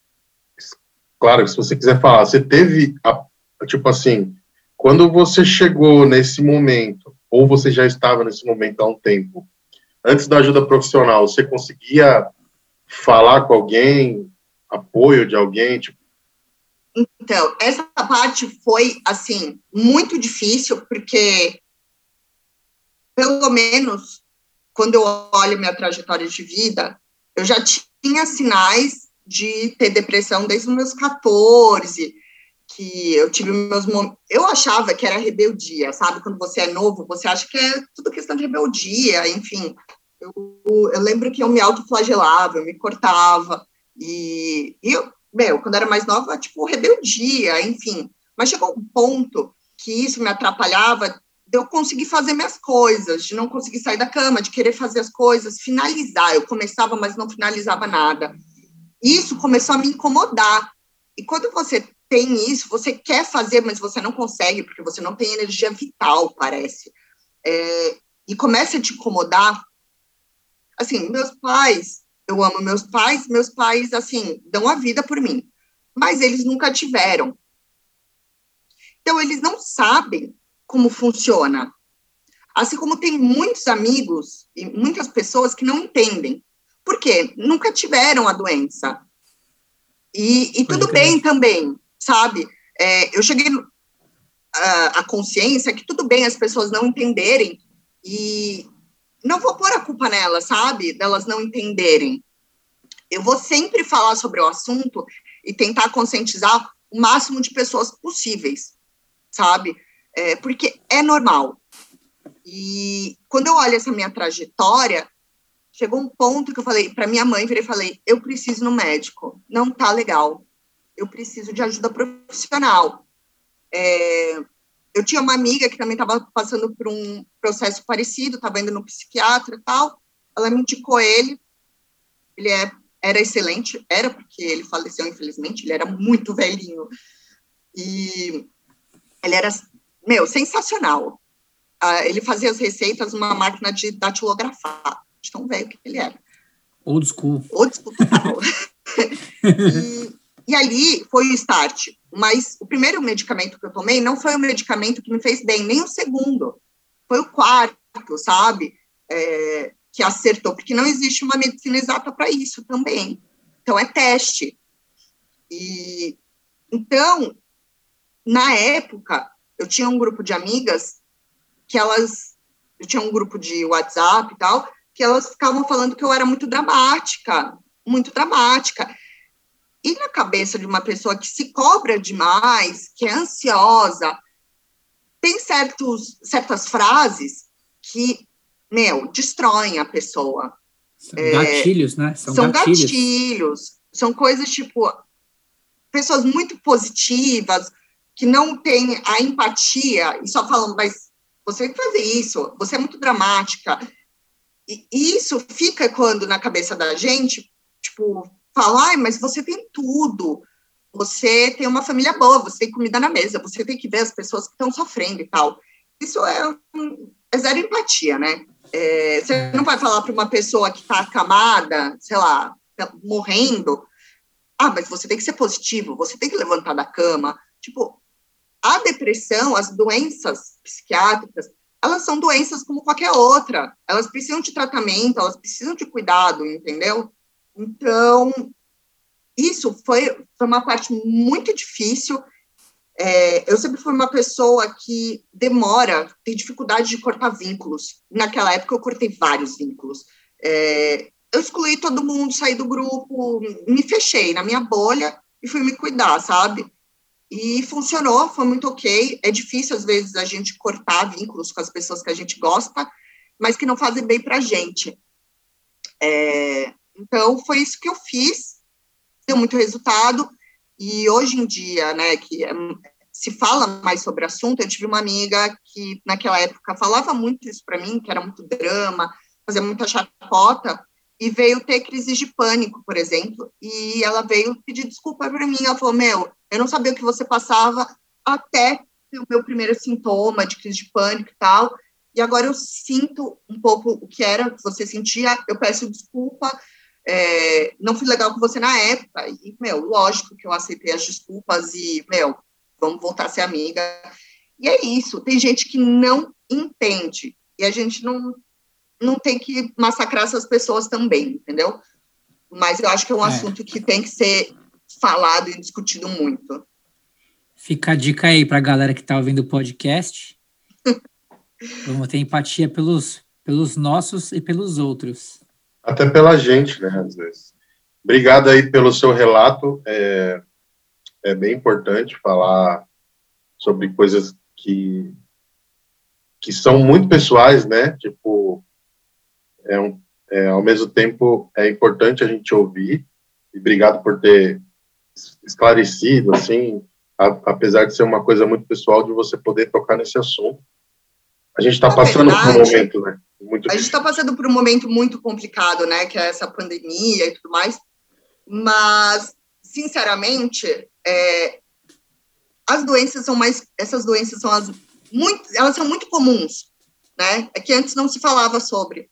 claro, se você quiser falar, você teve, a, tipo assim, quando você chegou nesse momento, ou você já estava nesse momento há um tempo, antes da ajuda profissional, você conseguia falar com alguém, apoio de alguém, tipo... Então, essa parte foi, assim, muito difícil, porque, pelo menos, quando eu olho minha trajetória de vida, eu já tinha sinais de ter depressão desde os meus catorze, que eu tive meus momentos... Eu achava que era rebeldia, sabe? Quando você é novo, você acha que é tudo questão de rebeldia, enfim. Eu, eu lembro que eu me autoflagelava, eu me cortava, e, e eu, meu, quando eu era mais nova, tipo, rebeldia, enfim. Mas chegou um ponto que isso me atrapalhava de eu conseguir fazer minhas coisas, de não conseguir sair da cama, de querer fazer as coisas, finalizar. Eu começava, mas não finalizava nada. Isso começou a me incomodar. E quando você tem isso, você quer fazer, mas você não consegue, porque você não tem energia vital, parece. É, e começa a te incomodar. Assim, meus pais, eu amo meus pais, meus pais, assim, dão a vida por mim, mas eles nunca tiveram. Então, eles não sabem como funciona. Assim como tem muitos amigos e muitas pessoas que não entendem. Por quê? Nunca tiveram a doença. E, e tudo bem também, sabe? É, eu cheguei à, à consciência que tudo bem as pessoas não entenderem e não vou pôr a culpa nelas, sabe? Delas não entenderem. Eu vou sempre falar sobre o assunto e tentar conscientizar o máximo de pessoas possíveis, sabe? É, porque é normal. E quando eu olho essa minha trajetória, chegou um ponto que eu falei para minha mãe, virei e falei, eu preciso ir no médico, não tá legal, eu preciso de ajuda profissional. É, eu tinha uma amiga que também estava passando por um processo parecido, estava indo no psiquiatra e tal, ela me indicou ele, ele é, era excelente, era porque ele faleceu, infelizmente, ele era muito velhinho, e ele era, meu, sensacional. Uh, ele fazia as receitas numa máquina de datilografar, de tão velho que ele era. Old school. Old school total. e, e ali foi o start. Mas o primeiro medicamento que eu tomei não foi o medicamento que me fez bem, nem o segundo. Foi o quarto, sabe? É, que acertou, porque não existe uma medicina exata para isso também. Então, é teste. E, então, na época, eu tinha um grupo de amigas que elas, eu tinha um grupo de WhatsApp e tal, que elas ficavam falando que eu era muito dramática, muito dramática. E na cabeça de uma pessoa que se cobra demais, que é ansiosa, tem certos, certas frases que, meu, destroem a pessoa. São é, gatilhos, né? São, são gatilhos. gatilhos. São coisas, tipo, pessoas muito positivas, que não têm a empatia, e só falam, mas você tem que fazer isso, você é muito dramática. E isso fica quando na cabeça da gente, tipo, falar, ai, mas você tem tudo, você tem uma família boa, você tem comida na mesa, você tem que ver as pessoas que estão sofrendo e tal. Isso é, um, é zero empatia, né? É, você não vai falar para uma pessoa que está acamada, sei lá, morrendo, ah, mas você tem que ser positivo, você tem que levantar da cama. Tipo, a depressão, as doenças psiquiátricas, elas são doenças como qualquer outra. Elas precisam de tratamento, elas precisam de cuidado, entendeu? Então, isso foi, foi uma parte muito difícil. É, eu sempre fui uma pessoa que demora, tem dificuldade de cortar vínculos. Naquela época, eu cortei vários vínculos. É, eu excluí todo mundo, saí do grupo, me fechei na minha bolha e fui me cuidar, sabe? E funcionou, foi muito ok. É difícil, às vezes, a gente cortar vínculos com as pessoas que a gente gosta, mas que não fazem bem pra gente. É, então, foi isso que eu fiz, deu muito resultado, e hoje em dia, né, que é, se fala mais sobre o assunto, eu tive uma amiga que, naquela época, falava muito isso pra mim, que era muito drama, fazia muita chacota, e veio ter crises de pânico, por exemplo, e ela veio pedir desculpa para mim, ela falou, meu, eu não sabia o que você passava até o meu primeiro sintoma de crise de pânico e tal, e agora eu sinto um pouco o que era que você sentia, eu peço desculpa, é, não fui legal com você na época, e, meu, lógico que eu aceitei as desculpas e, meu, vamos voltar a ser amiga, e é isso, tem gente que não entende, e a gente não não tem que massacrar essas pessoas também, entendeu? Mas eu acho que é um é. assunto que tem que ser falado e discutido muito. Fica a dica aí para a galera que está ouvindo o podcast. Vamos ter empatia pelos, pelos nossos e pelos outros. Até pela gente, né, às vezes. Obrigado aí pelo seu relato. É, é bem importante falar sobre coisas que, que são muito pessoais, né? Tipo, É um, é, ao mesmo tempo, é importante a gente ouvir, e obrigado por ter esclarecido, assim, a, apesar de ser uma coisa muito pessoal, de você poder tocar nesse assunto. A gente está passando verdade, por um momento, né? Muito a gente está passando por um momento muito complicado, né? Que é essa pandemia e tudo mais, mas, sinceramente, é, as doenças são mais, essas doenças são as, muito, elas são muito comuns, né? É que antes não se falava sobre.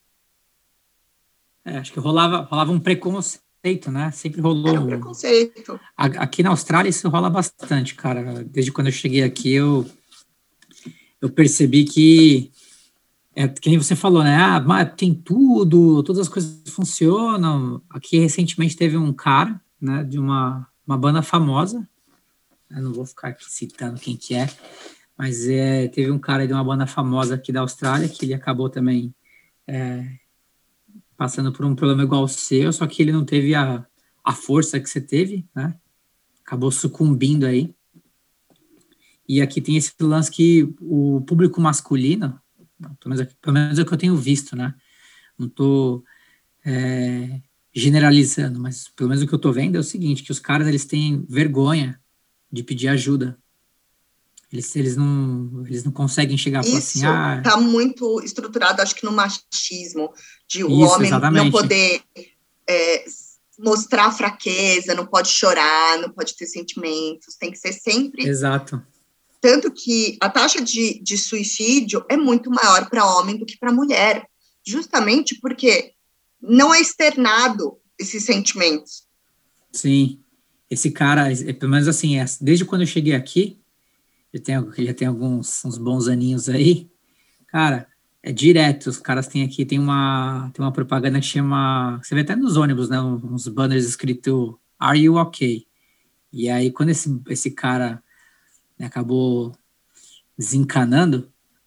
É, acho que rolava, rolava um preconceito, né? Sempre rolou. Era um preconceito. Aqui na Austrália isso rola bastante, cara. Desde quando eu cheguei aqui, eu, eu percebi que, é, que nem você falou, né? Ah, tem tudo, todas as coisas funcionam. Aqui, recentemente, teve um cara, né, de uma, uma banda famosa, eu não vou ficar aqui citando quem que é, mas é, teve um cara de uma banda famosa aqui da Austrália, que ele acabou também é, passando por um problema igual ao seu, só que ele não teve a, a força que você teve, né? Acabou sucumbindo aí. E aqui tem esse lance que o público masculino, pelo menos, pelo menos é o que eu tenho visto, né? Não estou é, generalizando, mas pelo menos o que eu estou vendo é o seguinte, que os caras, eles têm vergonha de pedir ajuda. Eles, eles, não, eles não conseguem chegar e falar assim, Isso ah... tá muito estruturado, acho que no machismo, de o Isso, homem exatamente. não poder é, mostrar fraqueza, não pode chorar, não pode ter sentimentos, tem que ser sempre... Exato. Tanto que a taxa de, de suicídio é muito maior para homem do que para mulher, justamente porque não é externado esses sentimentos. Sim. Esse cara, é, pelo menos assim, é, desde quando eu cheguei aqui, já tem, já tem alguns uns bons aninhos aí, cara, é direto, os caras têm aqui, tem uma, tem uma propaganda que chama, você vê até nos ônibus, né, uns banners escrito Are You Okay? E aí, quando esse, esse cara, né, acabou desencanando,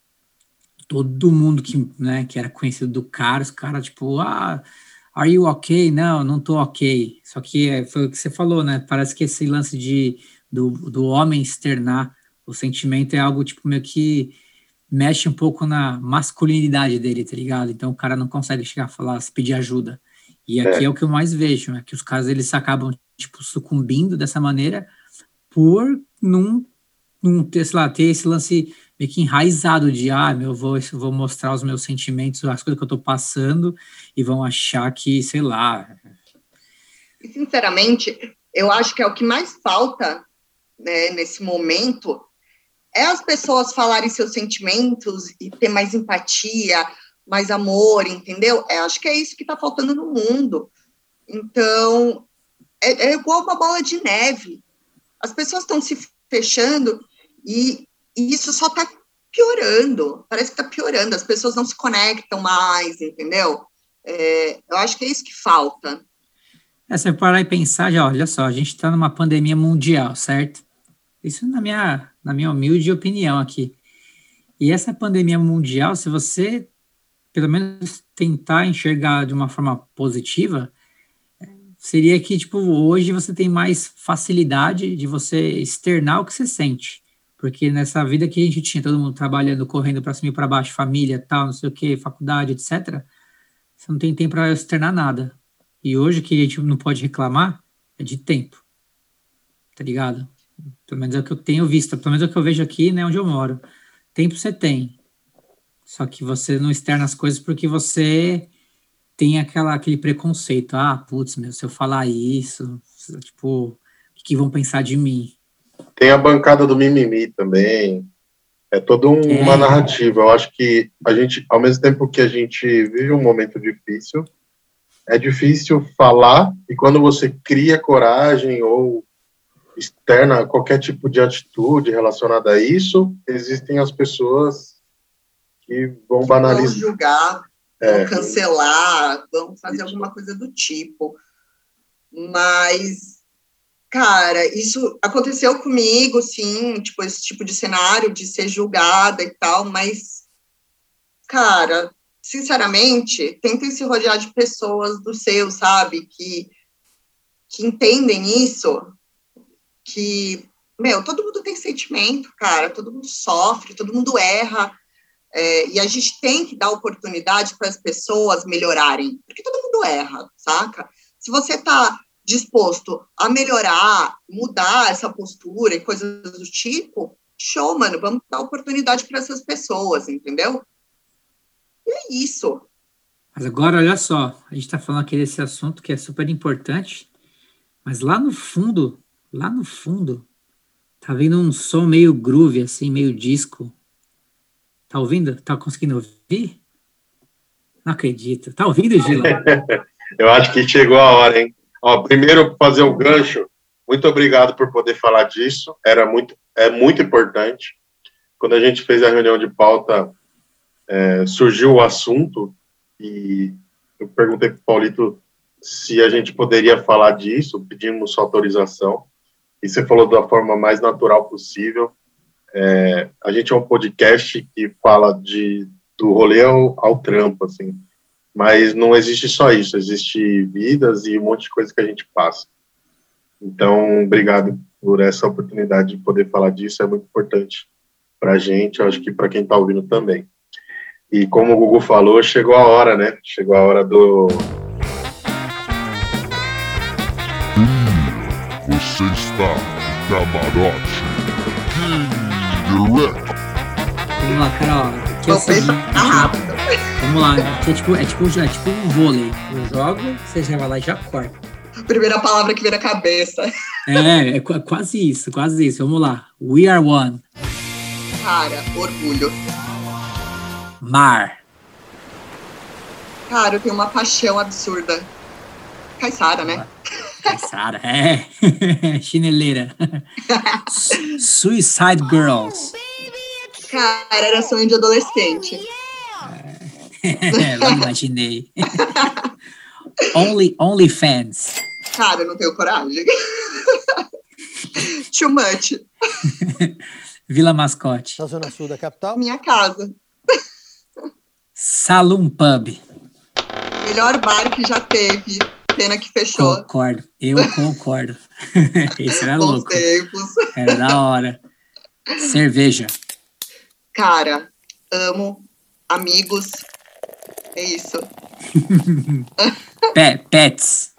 todo mundo que, né, que era conhecido do cara, os caras, tipo, ah, are you okay? Não, não tô ok. Só que é, foi o que você falou, né? Parece que esse lance de, do, do homem externar o sentimento é algo, tipo, meio que mexe um pouco na masculinidade dele, tá ligado? Então o cara não consegue chegar a falar, se pedir ajuda. E aqui é, é o que eu mais vejo, né? Que os caras, eles acabam, tipo, sucumbindo dessa maneira por não, não ter, sei lá, ter esse lance meio que enraizado de, ah, meu, vou, vou mostrar os meus sentimentos, as coisas que eu tô passando, e vão achar que, sei lá... E, sinceramente, eu acho que é o que mais falta, né, nesse momento, é as pessoas falarem seus sentimentos e ter mais empatia, mais amor, entendeu? Eu acho que é isso que está faltando no mundo. Então, é, é igual uma bola de neve. As pessoas estão se fechando e, e isso só está piorando. Parece que está piorando. As pessoas não se conectam mais, entendeu? É, eu acho que é isso que falta. É, você parar e pensar, já, olha só, a gente está numa pandemia mundial, certo? Isso na minha, na minha humilde opinião aqui. E essa pandemia mundial, se você, pelo menos, tentar enxergar de uma forma positiva, seria que, tipo, hoje você tem mais facilidade de você externar o que você sente. Porque nessa vida que a gente tinha, todo mundo trabalhando, correndo para cima e para baixo, família, tal, não sei o quê, faculdade, etcétera, você não tem tempo para externar nada. E hoje o que a gente não pode reclamar é de tempo, tá ligado? Pelo menos é o que eu tenho visto, pelo menos é o que eu vejo aqui, né, onde eu moro. Tempo você tem, só que você não externa as coisas porque você tem aquela, aquele preconceito. Ah, putz, meu, se eu falar isso, tipo, o que, que vão pensar de mim? Tem a bancada do mimimi também. É toda um, uma narrativa. Eu acho que a gente, ao mesmo tempo que a gente vive um momento difícil, é difícil falar, e quando você cria coragem ou externa qualquer tipo de atitude relacionada a isso, existem as pessoas que vão que banalizar. Vão julgar, é. vão cancelar, vão fazer isso. Alguma coisa do tipo. Mas, cara, isso aconteceu comigo, sim, tipo, esse tipo de cenário de ser julgada e tal, mas, cara, sinceramente, tentem se rodear de pessoas do seu, sabe, que, que entendem isso, que, meu, todo mundo tem sentimento, cara, todo mundo sofre, todo mundo erra, é, e a gente tem que dar oportunidade para as pessoas melhorarem, porque todo mundo erra, saca? Se você tá disposto a melhorar, mudar essa postura e coisas do tipo, show, mano, vamos dar oportunidade para essas pessoas, entendeu? E é isso. Mas agora, olha só, a gente tá falando aqui desse assunto que é super importante, mas lá no fundo, lá no fundo, tá vindo um som meio groove, assim, meio disco. Tá ouvindo? Tá conseguindo ouvir? Não acredito. Tá ouvindo, Gila? Eu acho que chegou a hora, hein? Ó, primeiro, fazer o gancho. Muito obrigado por poder falar disso. Era muito, é muito importante. Quando a gente fez a reunião de pauta, é, surgiu o assunto e eu perguntei para o Paulito se a gente poderia falar disso, pedimos sua autorização, e você falou da forma mais natural possível. É, a gente é um podcast que fala de, do rolê ao, ao trampo, assim, mas não existe só isso, existe vidas e um monte de coisa que a gente passa. Então, obrigado por essa oportunidade de poder falar disso, é muito importante para a gente, eu acho que para quem está ouvindo também. E como o Gugu falou, chegou a hora, né? Chegou a hora do... Você está no camarote direto. Vamos lá, Carol. Aqui é o seguinte, vamos lá. Aqui é tipo, é, tipo, é tipo um vôlei. Eu jogo, você já vai lá e já corta. Primeira palavra que vem na cabeça. É, é quase isso, quase isso. Vamos lá. We are one. Cara, orgulho. Mar. Cara, eu tenho uma paixão absurda. Caiçara, né? Caiçara, é. Chineleira. Suicide Girls. Cara, era sonho de adolescente. É, logo imaginei. Only, only fans. Cara, eu não tenho coragem. Too much. Vila Mascote. Na zona sul da capital. Minha casa. Saloon Pub. Melhor bar que já teve. Pena que fechou. Concordo, eu concordo. Esse era Bons louco. tempos. Era da hora. Cerveja. Cara, amo. Amigos. É isso. Pe pets.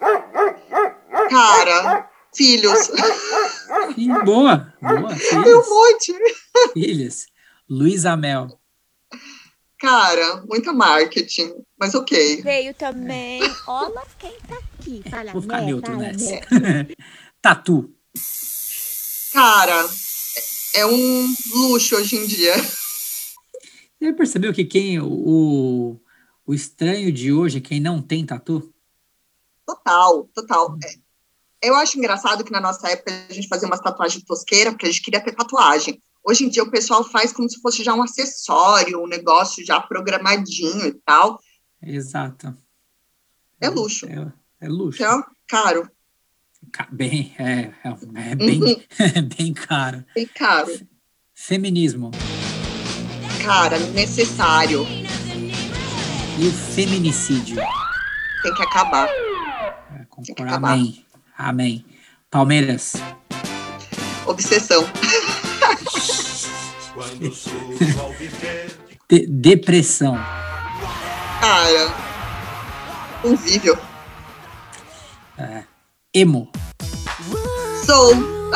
Cara, filhos. Ih, boa, boa. Tem um monte. Filhos. Luiz Amel. Cara, muita marketing, mas ok. Veio também. Olha quem tá aqui. Fala, Vou ficar né, neutro fala, nessa. né. Tatu. Cara, é um luxo hoje em dia. Você percebeu que quem o, o estranho de hoje é quem não tem tatu? Total, total. É, eu acho engraçado que na nossa época a gente fazia umas tatuagens tosqueiras, porque a gente queria ter tatuagem. Hoje em dia o pessoal faz como se fosse já um acessório, um negócio já programadinho e tal. Exato. É luxo. É, é luxo. É caro. Bem, é, é, é bem, Uhum. é bem caro. Bem caro. Feminismo. Cara, necessário. E o feminicídio. Tem que acabar. É, Tem que concordo. acabar. Amém. Amém. Palmeiras. Obsessão. De- depressão. Cara, convívio. É, emo. Sou.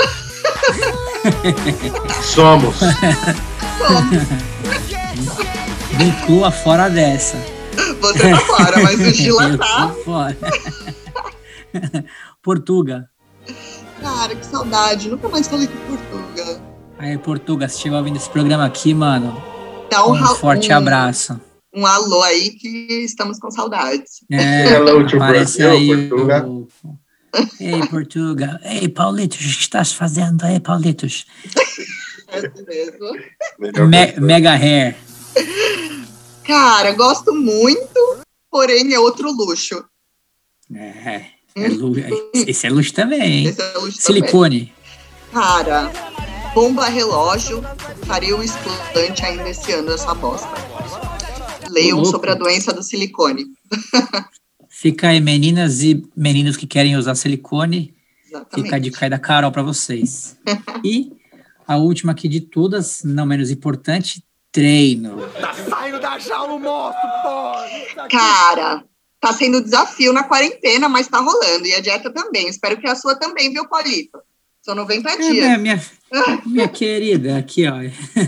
Somos. Me inclua fora dessa. Você tá fora, mas o Gila Eu tá. tô fora. Portuga. Cara, que saudade. Nunca mais falei com Portuga. Aí, Portuga, se estiver ouvindo esse programa aqui, mano, Dá um, um ra- forte um, abraço. um alô aí que estamos com saudades. É, Hello to aparece Brazil, aí Portuga. o... Ei, Portuga. Ei, Paulitos, o que estás fazendo aí, Paulitos? É isso mesmo. Melhor Me- pessoa. Mega Hair. Cara, gosto muito, porém é outro luxo. É, é lu... esse é luxo também, hein? Esse é luxo também. Silicone. Cara, bomba relógio, farei o explodante ainda esse ano, essa bosta. Leiam louco. sobre a doença do silicone. Fica aí, meninas e meninos que querem usar silicone. Exatamente. Fica a dica aí da Carol para vocês. E a última aqui de todas, não menos importante, treino. Tá saindo da jaula o monstro, pô! Cara, tá sendo desafio na quarentena, mas tá rolando. E a dieta também. Espero que a sua também, viu, Paulito? São noventa É, dias. minha, minha, minha querida, aqui, ó.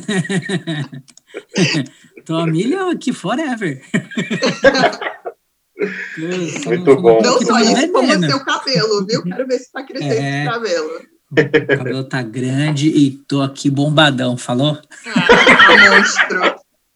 Tô a milhão aqui forever. Eu só Muito não- bom. Não aqui só tô isso, como o veneno. seu cabelo, viu? Quero ver se tá crescendo É. esse cabelo. O cabelo tá grande e tô aqui bombadão, falou? Ah, monstro.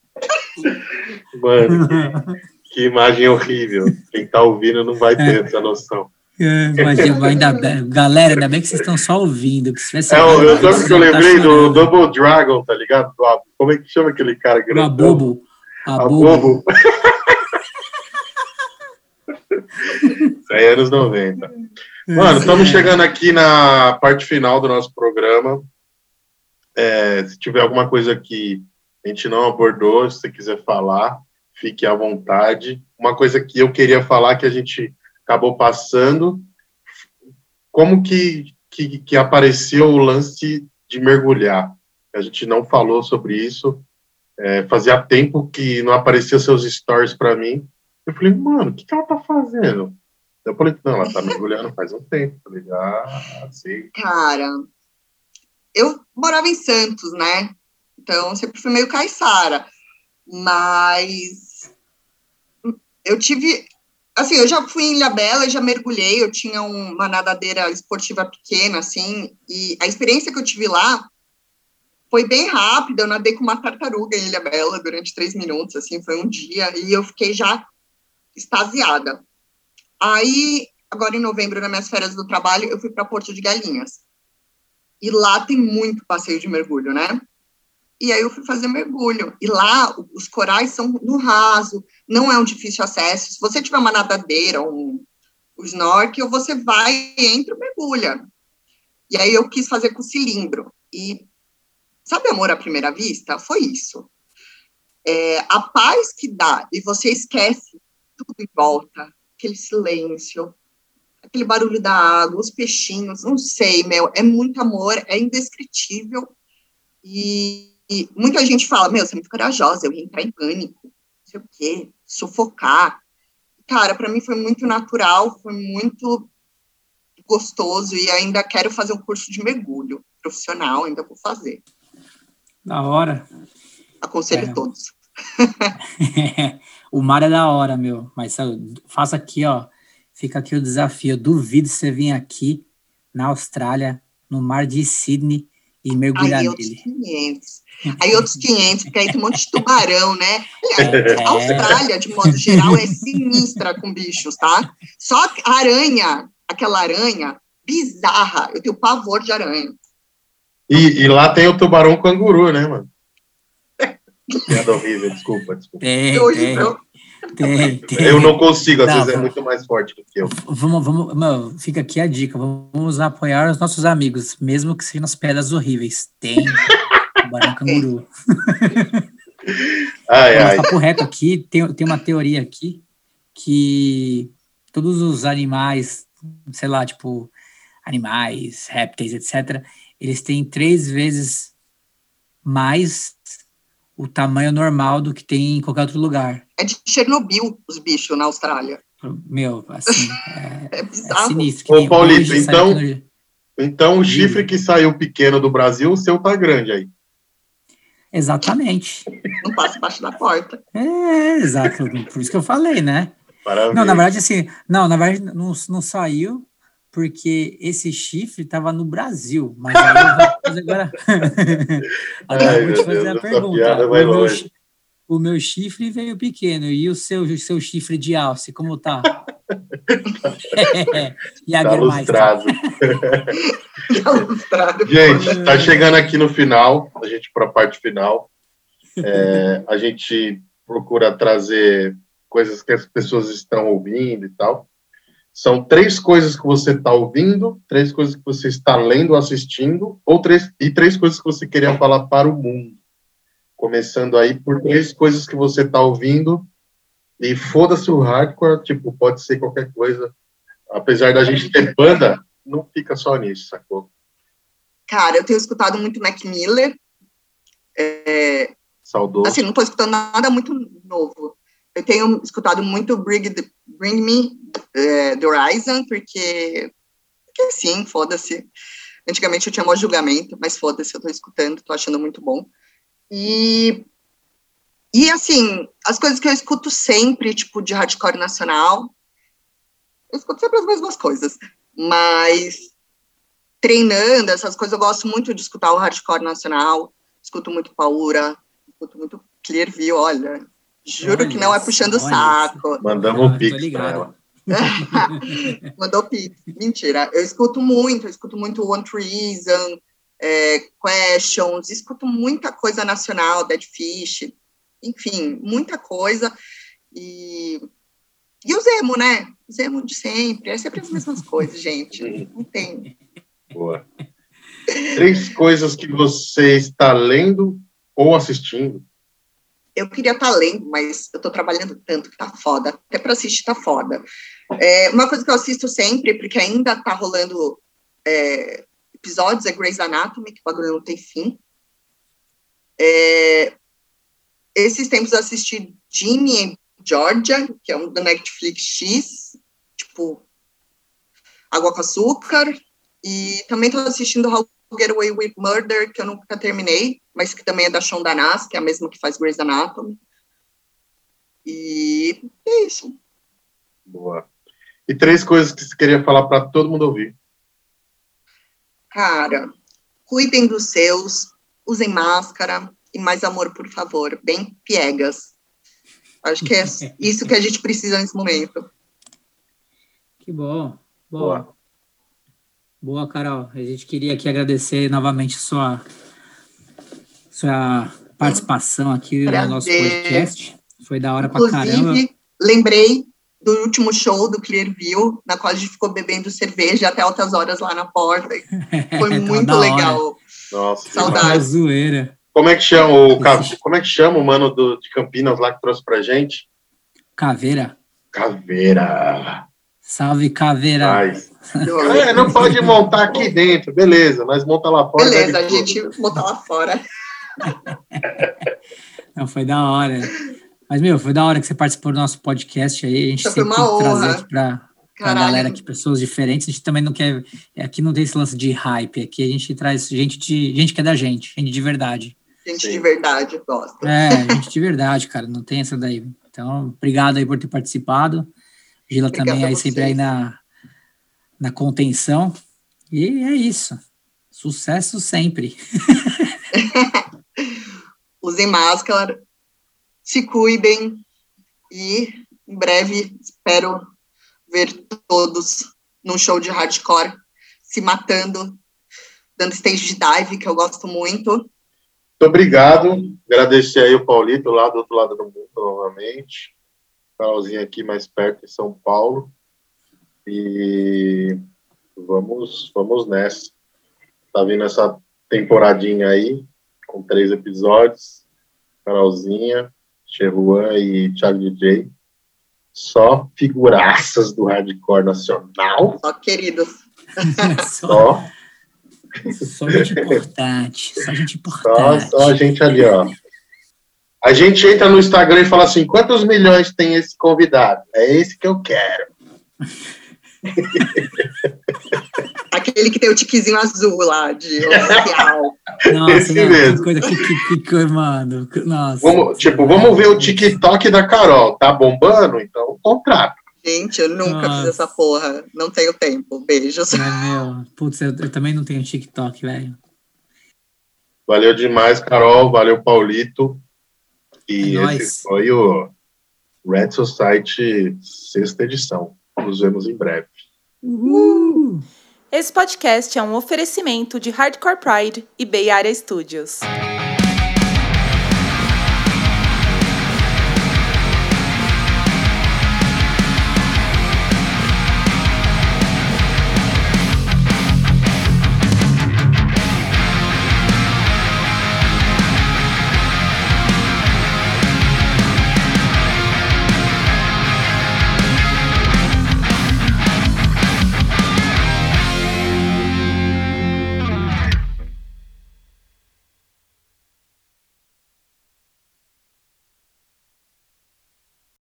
Mano, que imagem horrível. Quem tá ouvindo não vai ter essa noção. É, imagina, ainda bem, galera, ainda bem que vocês estão só ouvindo. Que se tivesse É, eu, eu, ouvindo, sabe que eu tá lembrei do chorando. Double Dragon, tá ligado? Do Ab- Como é que chama aquele cara O grandão? Abobo. A Abobo. Bobo. É anos noventa. Mano, estamos chegando aqui na parte final do nosso programa. É, se tiver alguma coisa que a gente não abordou, se você quiser falar, fique à vontade. Uma coisa que eu queria falar que a gente acabou passando, como que, que, que apareceu o lance de mergulhar? A gente não falou sobre isso. É, fazia tempo que não aparecia seus stories para mim. Eu falei, mano, o que, que ela tá fazendo? Eu falei, não, ela tá mergulhando faz um tempo. Eu falei, ah, sei. Cara, eu morava em Santos, né? Então, sempre fui meio caiçara. Mas eu tive... Assim, eu já fui em Ilhabela, já mergulhei, eu tinha uma nadadeira esportiva pequena, assim, e a experiência que eu tive lá foi bem rápida. Eu nadei com uma tartaruga em Ilhabela durante três minutos, assim, foi um dia, e eu fiquei já extasiada. Aí, agora em novembro, nas minhas férias do trabalho, eu fui para Porto de Galinhas. E lá tem muito passeio de mergulho, né? E aí eu fui fazer mergulho. E lá, os corais são no raso, não é um difícil acesso. Se você tiver uma nadadeira, um, um snorkel, você vai, entra e mergulha. E aí eu quis fazer com cilindro. E sabe amor à primeira vista? Foi isso. É, a paz que dá, e você esquece tudo em volta, aquele silêncio, aquele barulho da água, os peixinhos, não sei, meu, é muito amor, é indescritível. E, e muita gente fala, meu, você é muito corajosa, eu ia entrar em pânico, não sei o quê, sufocar. Cara, para mim foi muito natural, foi muito gostoso, e ainda quero fazer um curso de mergulho profissional, ainda vou fazer. Da hora. Aconselho É. todos. O mar é da hora, meu. Mas sabe, faça aqui, ó. Fica aqui o desafio. Eu duvido você vir aqui na Austrália, no mar de Sydney, e mergulhar Aí outros nele. quinhentos. Aí outros quinhentos, porque aí tem um monte de tubarão, né? É. A Austrália, de modo geral, é sinistra com bichos, tá? Só a aranha, aquela aranha bizarra. Eu tenho pavor de aranha. E, e lá tem o tubarão canguru, né, mano? Piada horrível, desculpa, desculpa. Tem, Hoje, tem, então, tem, tem. Eu não consigo, às Não, vezes é vamos- muito mais forte do que eu. Vamos, vamos, meu, fica aqui a dica. Vamos apoiar os nossos amigos, mesmo que sejam nas pedras horríveis. Tem tubarão canguru. Ai, Não, mas ai. papo reto aqui, tem, tem uma teoria aqui que todos os animais, sei lá, tipo, animais, répteis, etcétera, eles têm três vezes mais o tamanho normal do que tem em qualquer outro lugar. é de Chernobyl os bichos na Austrália. Meu, assim, é, É é bizarro. sinistro. Que Ô, nem Paulito, hoje saiu então- aqui no- Então, o Diga. chifre que saiu pequeno do Brasil, o seu tá grande aí. Exatamente. Não passa embaixo da porta. É, exato. Por isso que eu falei, né? Parabéns. Não, na verdade, assim, não, na verdade, não, não saiu porque esse chifre estava no Brasil, mas aí eu vou fazer agora. Agora Ai, eu vou te meu fazer Deus, a essa pergunta. piada O vai meu, longe. chi- o meu chifre veio pequeno, e o seu, o seu chifre de alce, como tá? Tá Jagermeister. lustrado. Ilustrado. Gente, tá chegando aqui no final, a gente para a parte final. É, a gente procura trazer coisas que as pessoas estão ouvindo e tal. São três coisas que você está ouvindo, três coisas que você está lendo, assistindo, ou três, e três coisas que você queria falar para o mundo. Começando aí por três coisas que você está ouvindo, e foda-se o hardcore, tipo, pode ser qualquer coisa. Apesar da gente ter banda, não fica só nisso, sacou? Cara, eu tenho escutado muito Mac Miller. É, Saudoso. assim, não estou escutando nada muito novo. Eu tenho escutado muito Bring, the, Bring Me é, The Horizon, porque, porque sim, foda-se. Antigamente eu tinha maior julgamento, mas foda-se, eu tô escutando, tô achando muito bom. E, e assim, as coisas que eu escuto sempre, tipo, de hardcore nacional, eu escuto sempre as mesmas coisas, mas treinando, essas coisas, eu gosto muito de escutar o hardcore nacional, escuto muito Paura, escuto muito Clearview, olha, juro Olha que não é só, puxando o olha saco. Mandamos Ah, um tô pix pra ligado. ela. Mandou pix. Mentira. Eu escuto muito, eu escuto muito One Treason, é, Questions, escuto muita coisa nacional, Dead Fish, enfim, muita coisa. E, E o Zemo, né? O Zemo de sempre. É sempre as mesmas coisas, gente. Não tem. Boa. Três coisas que você está lendo ou assistindo. Eu queria estar lendo, mas eu tô trabalhando tanto que tá foda. Até para assistir tá foda. É, uma coisa que eu assisto sempre, porque ainda tá rolando é, episódios, é Grey's Anatomy, que o bagulho não tem fim. É, esses tempos eu assisti Ginny and Georgia, que é um da Netflix X, tipo, Água com Açúcar. E também tô assistindo How to Get Away with Murder, que eu nunca terminei, mas que também é da Shonda Rhimes, que é a mesma que faz Grey's Anatomy. E é isso. Boa. E três coisas que você queria falar para todo mundo ouvir. Cara, cuidem dos seus, usem máscara e mais amor, por favor. Bem piegas. Acho que é isso que a gente precisa nesse momento. Que bom. Boa. Boa. Boa, Carol. A gente queria aqui agradecer novamente sua, sua participação aqui Prazer. no nosso podcast. Foi da hora Inclusive, pra caramba. lembrei do último show do Clearview, na qual a gente ficou bebendo cerveja até altas horas lá na porta. Foi Tava muito da hora. legal. Nossa, Saudade. Uma zoeira. Como é que chama o ca- como é que chama o mano do, de Campinas lá que trouxe pra gente? Caveira. Caveira. Salve, Caveira. Mas, é, não pode montar aqui dentro, beleza, mas monta lá fora. Beleza, dá a de gente tudo. botar lá fora. Não, foi da hora. Mas, meu, foi da hora que você participou do nosso podcast aí. A gente Isso foi sempre uma tem que trazer honra. aqui pra, pra Caralho. galera aqui, pessoas diferentes. A gente também não quer... Aqui não tem esse lance de hype. Aqui a gente traz gente, de, gente que é da gente, gente de verdade. Gente Sim. de verdade, gosta. É, gente de verdade, cara. Não tem essa daí. Então, obrigado aí por ter participado. Gila Obrigada também a aí sempre vocês. aí na, na contenção. E é isso. Sucesso sempre. Usem máscara, se cuidem e em breve espero ver todos num show de hardcore se matando, dando stage dive, que eu gosto muito. Muito obrigado. Agradecer aí o Paulito lá do outro lado do mundo novamente. Carolzinha aqui mais perto em São Paulo. E vamos, vamos nessa. Tá vindo essa temporadinha aí, com três episódios. Carolzinha, Cheruan e Thiago D J. Só figuraças do hardcore nacional. Só queridos. Só, Só, só gente importante. Só gente só, importante. só a gente ali, ó. A gente entra no Instagram e fala assim, quantos milhões tem esse convidado? É esse que eu quero. Aquele que tem o tiquezinho azul lá, de oficial. Nossa, Esse não, mesmo. que coisa que, que, que, mano. Nossa. Vamos, tipo, vamos ver o TikTok da Carol. Tá bombando? Então, contrato. Gente, eu nunca Nossa. fiz essa porra. Não tenho tempo. Beijos. É, meu. Putz, eu, eu também não tenho TikTok, velho. Valeu demais, Carol. Valeu, Paulito. E É nóis. esse foi o Red Society sexta edição. Nos vemos em breve. Uhul. Esse podcast é um oferecimento de Hardcore Pride e Bay Area Studios.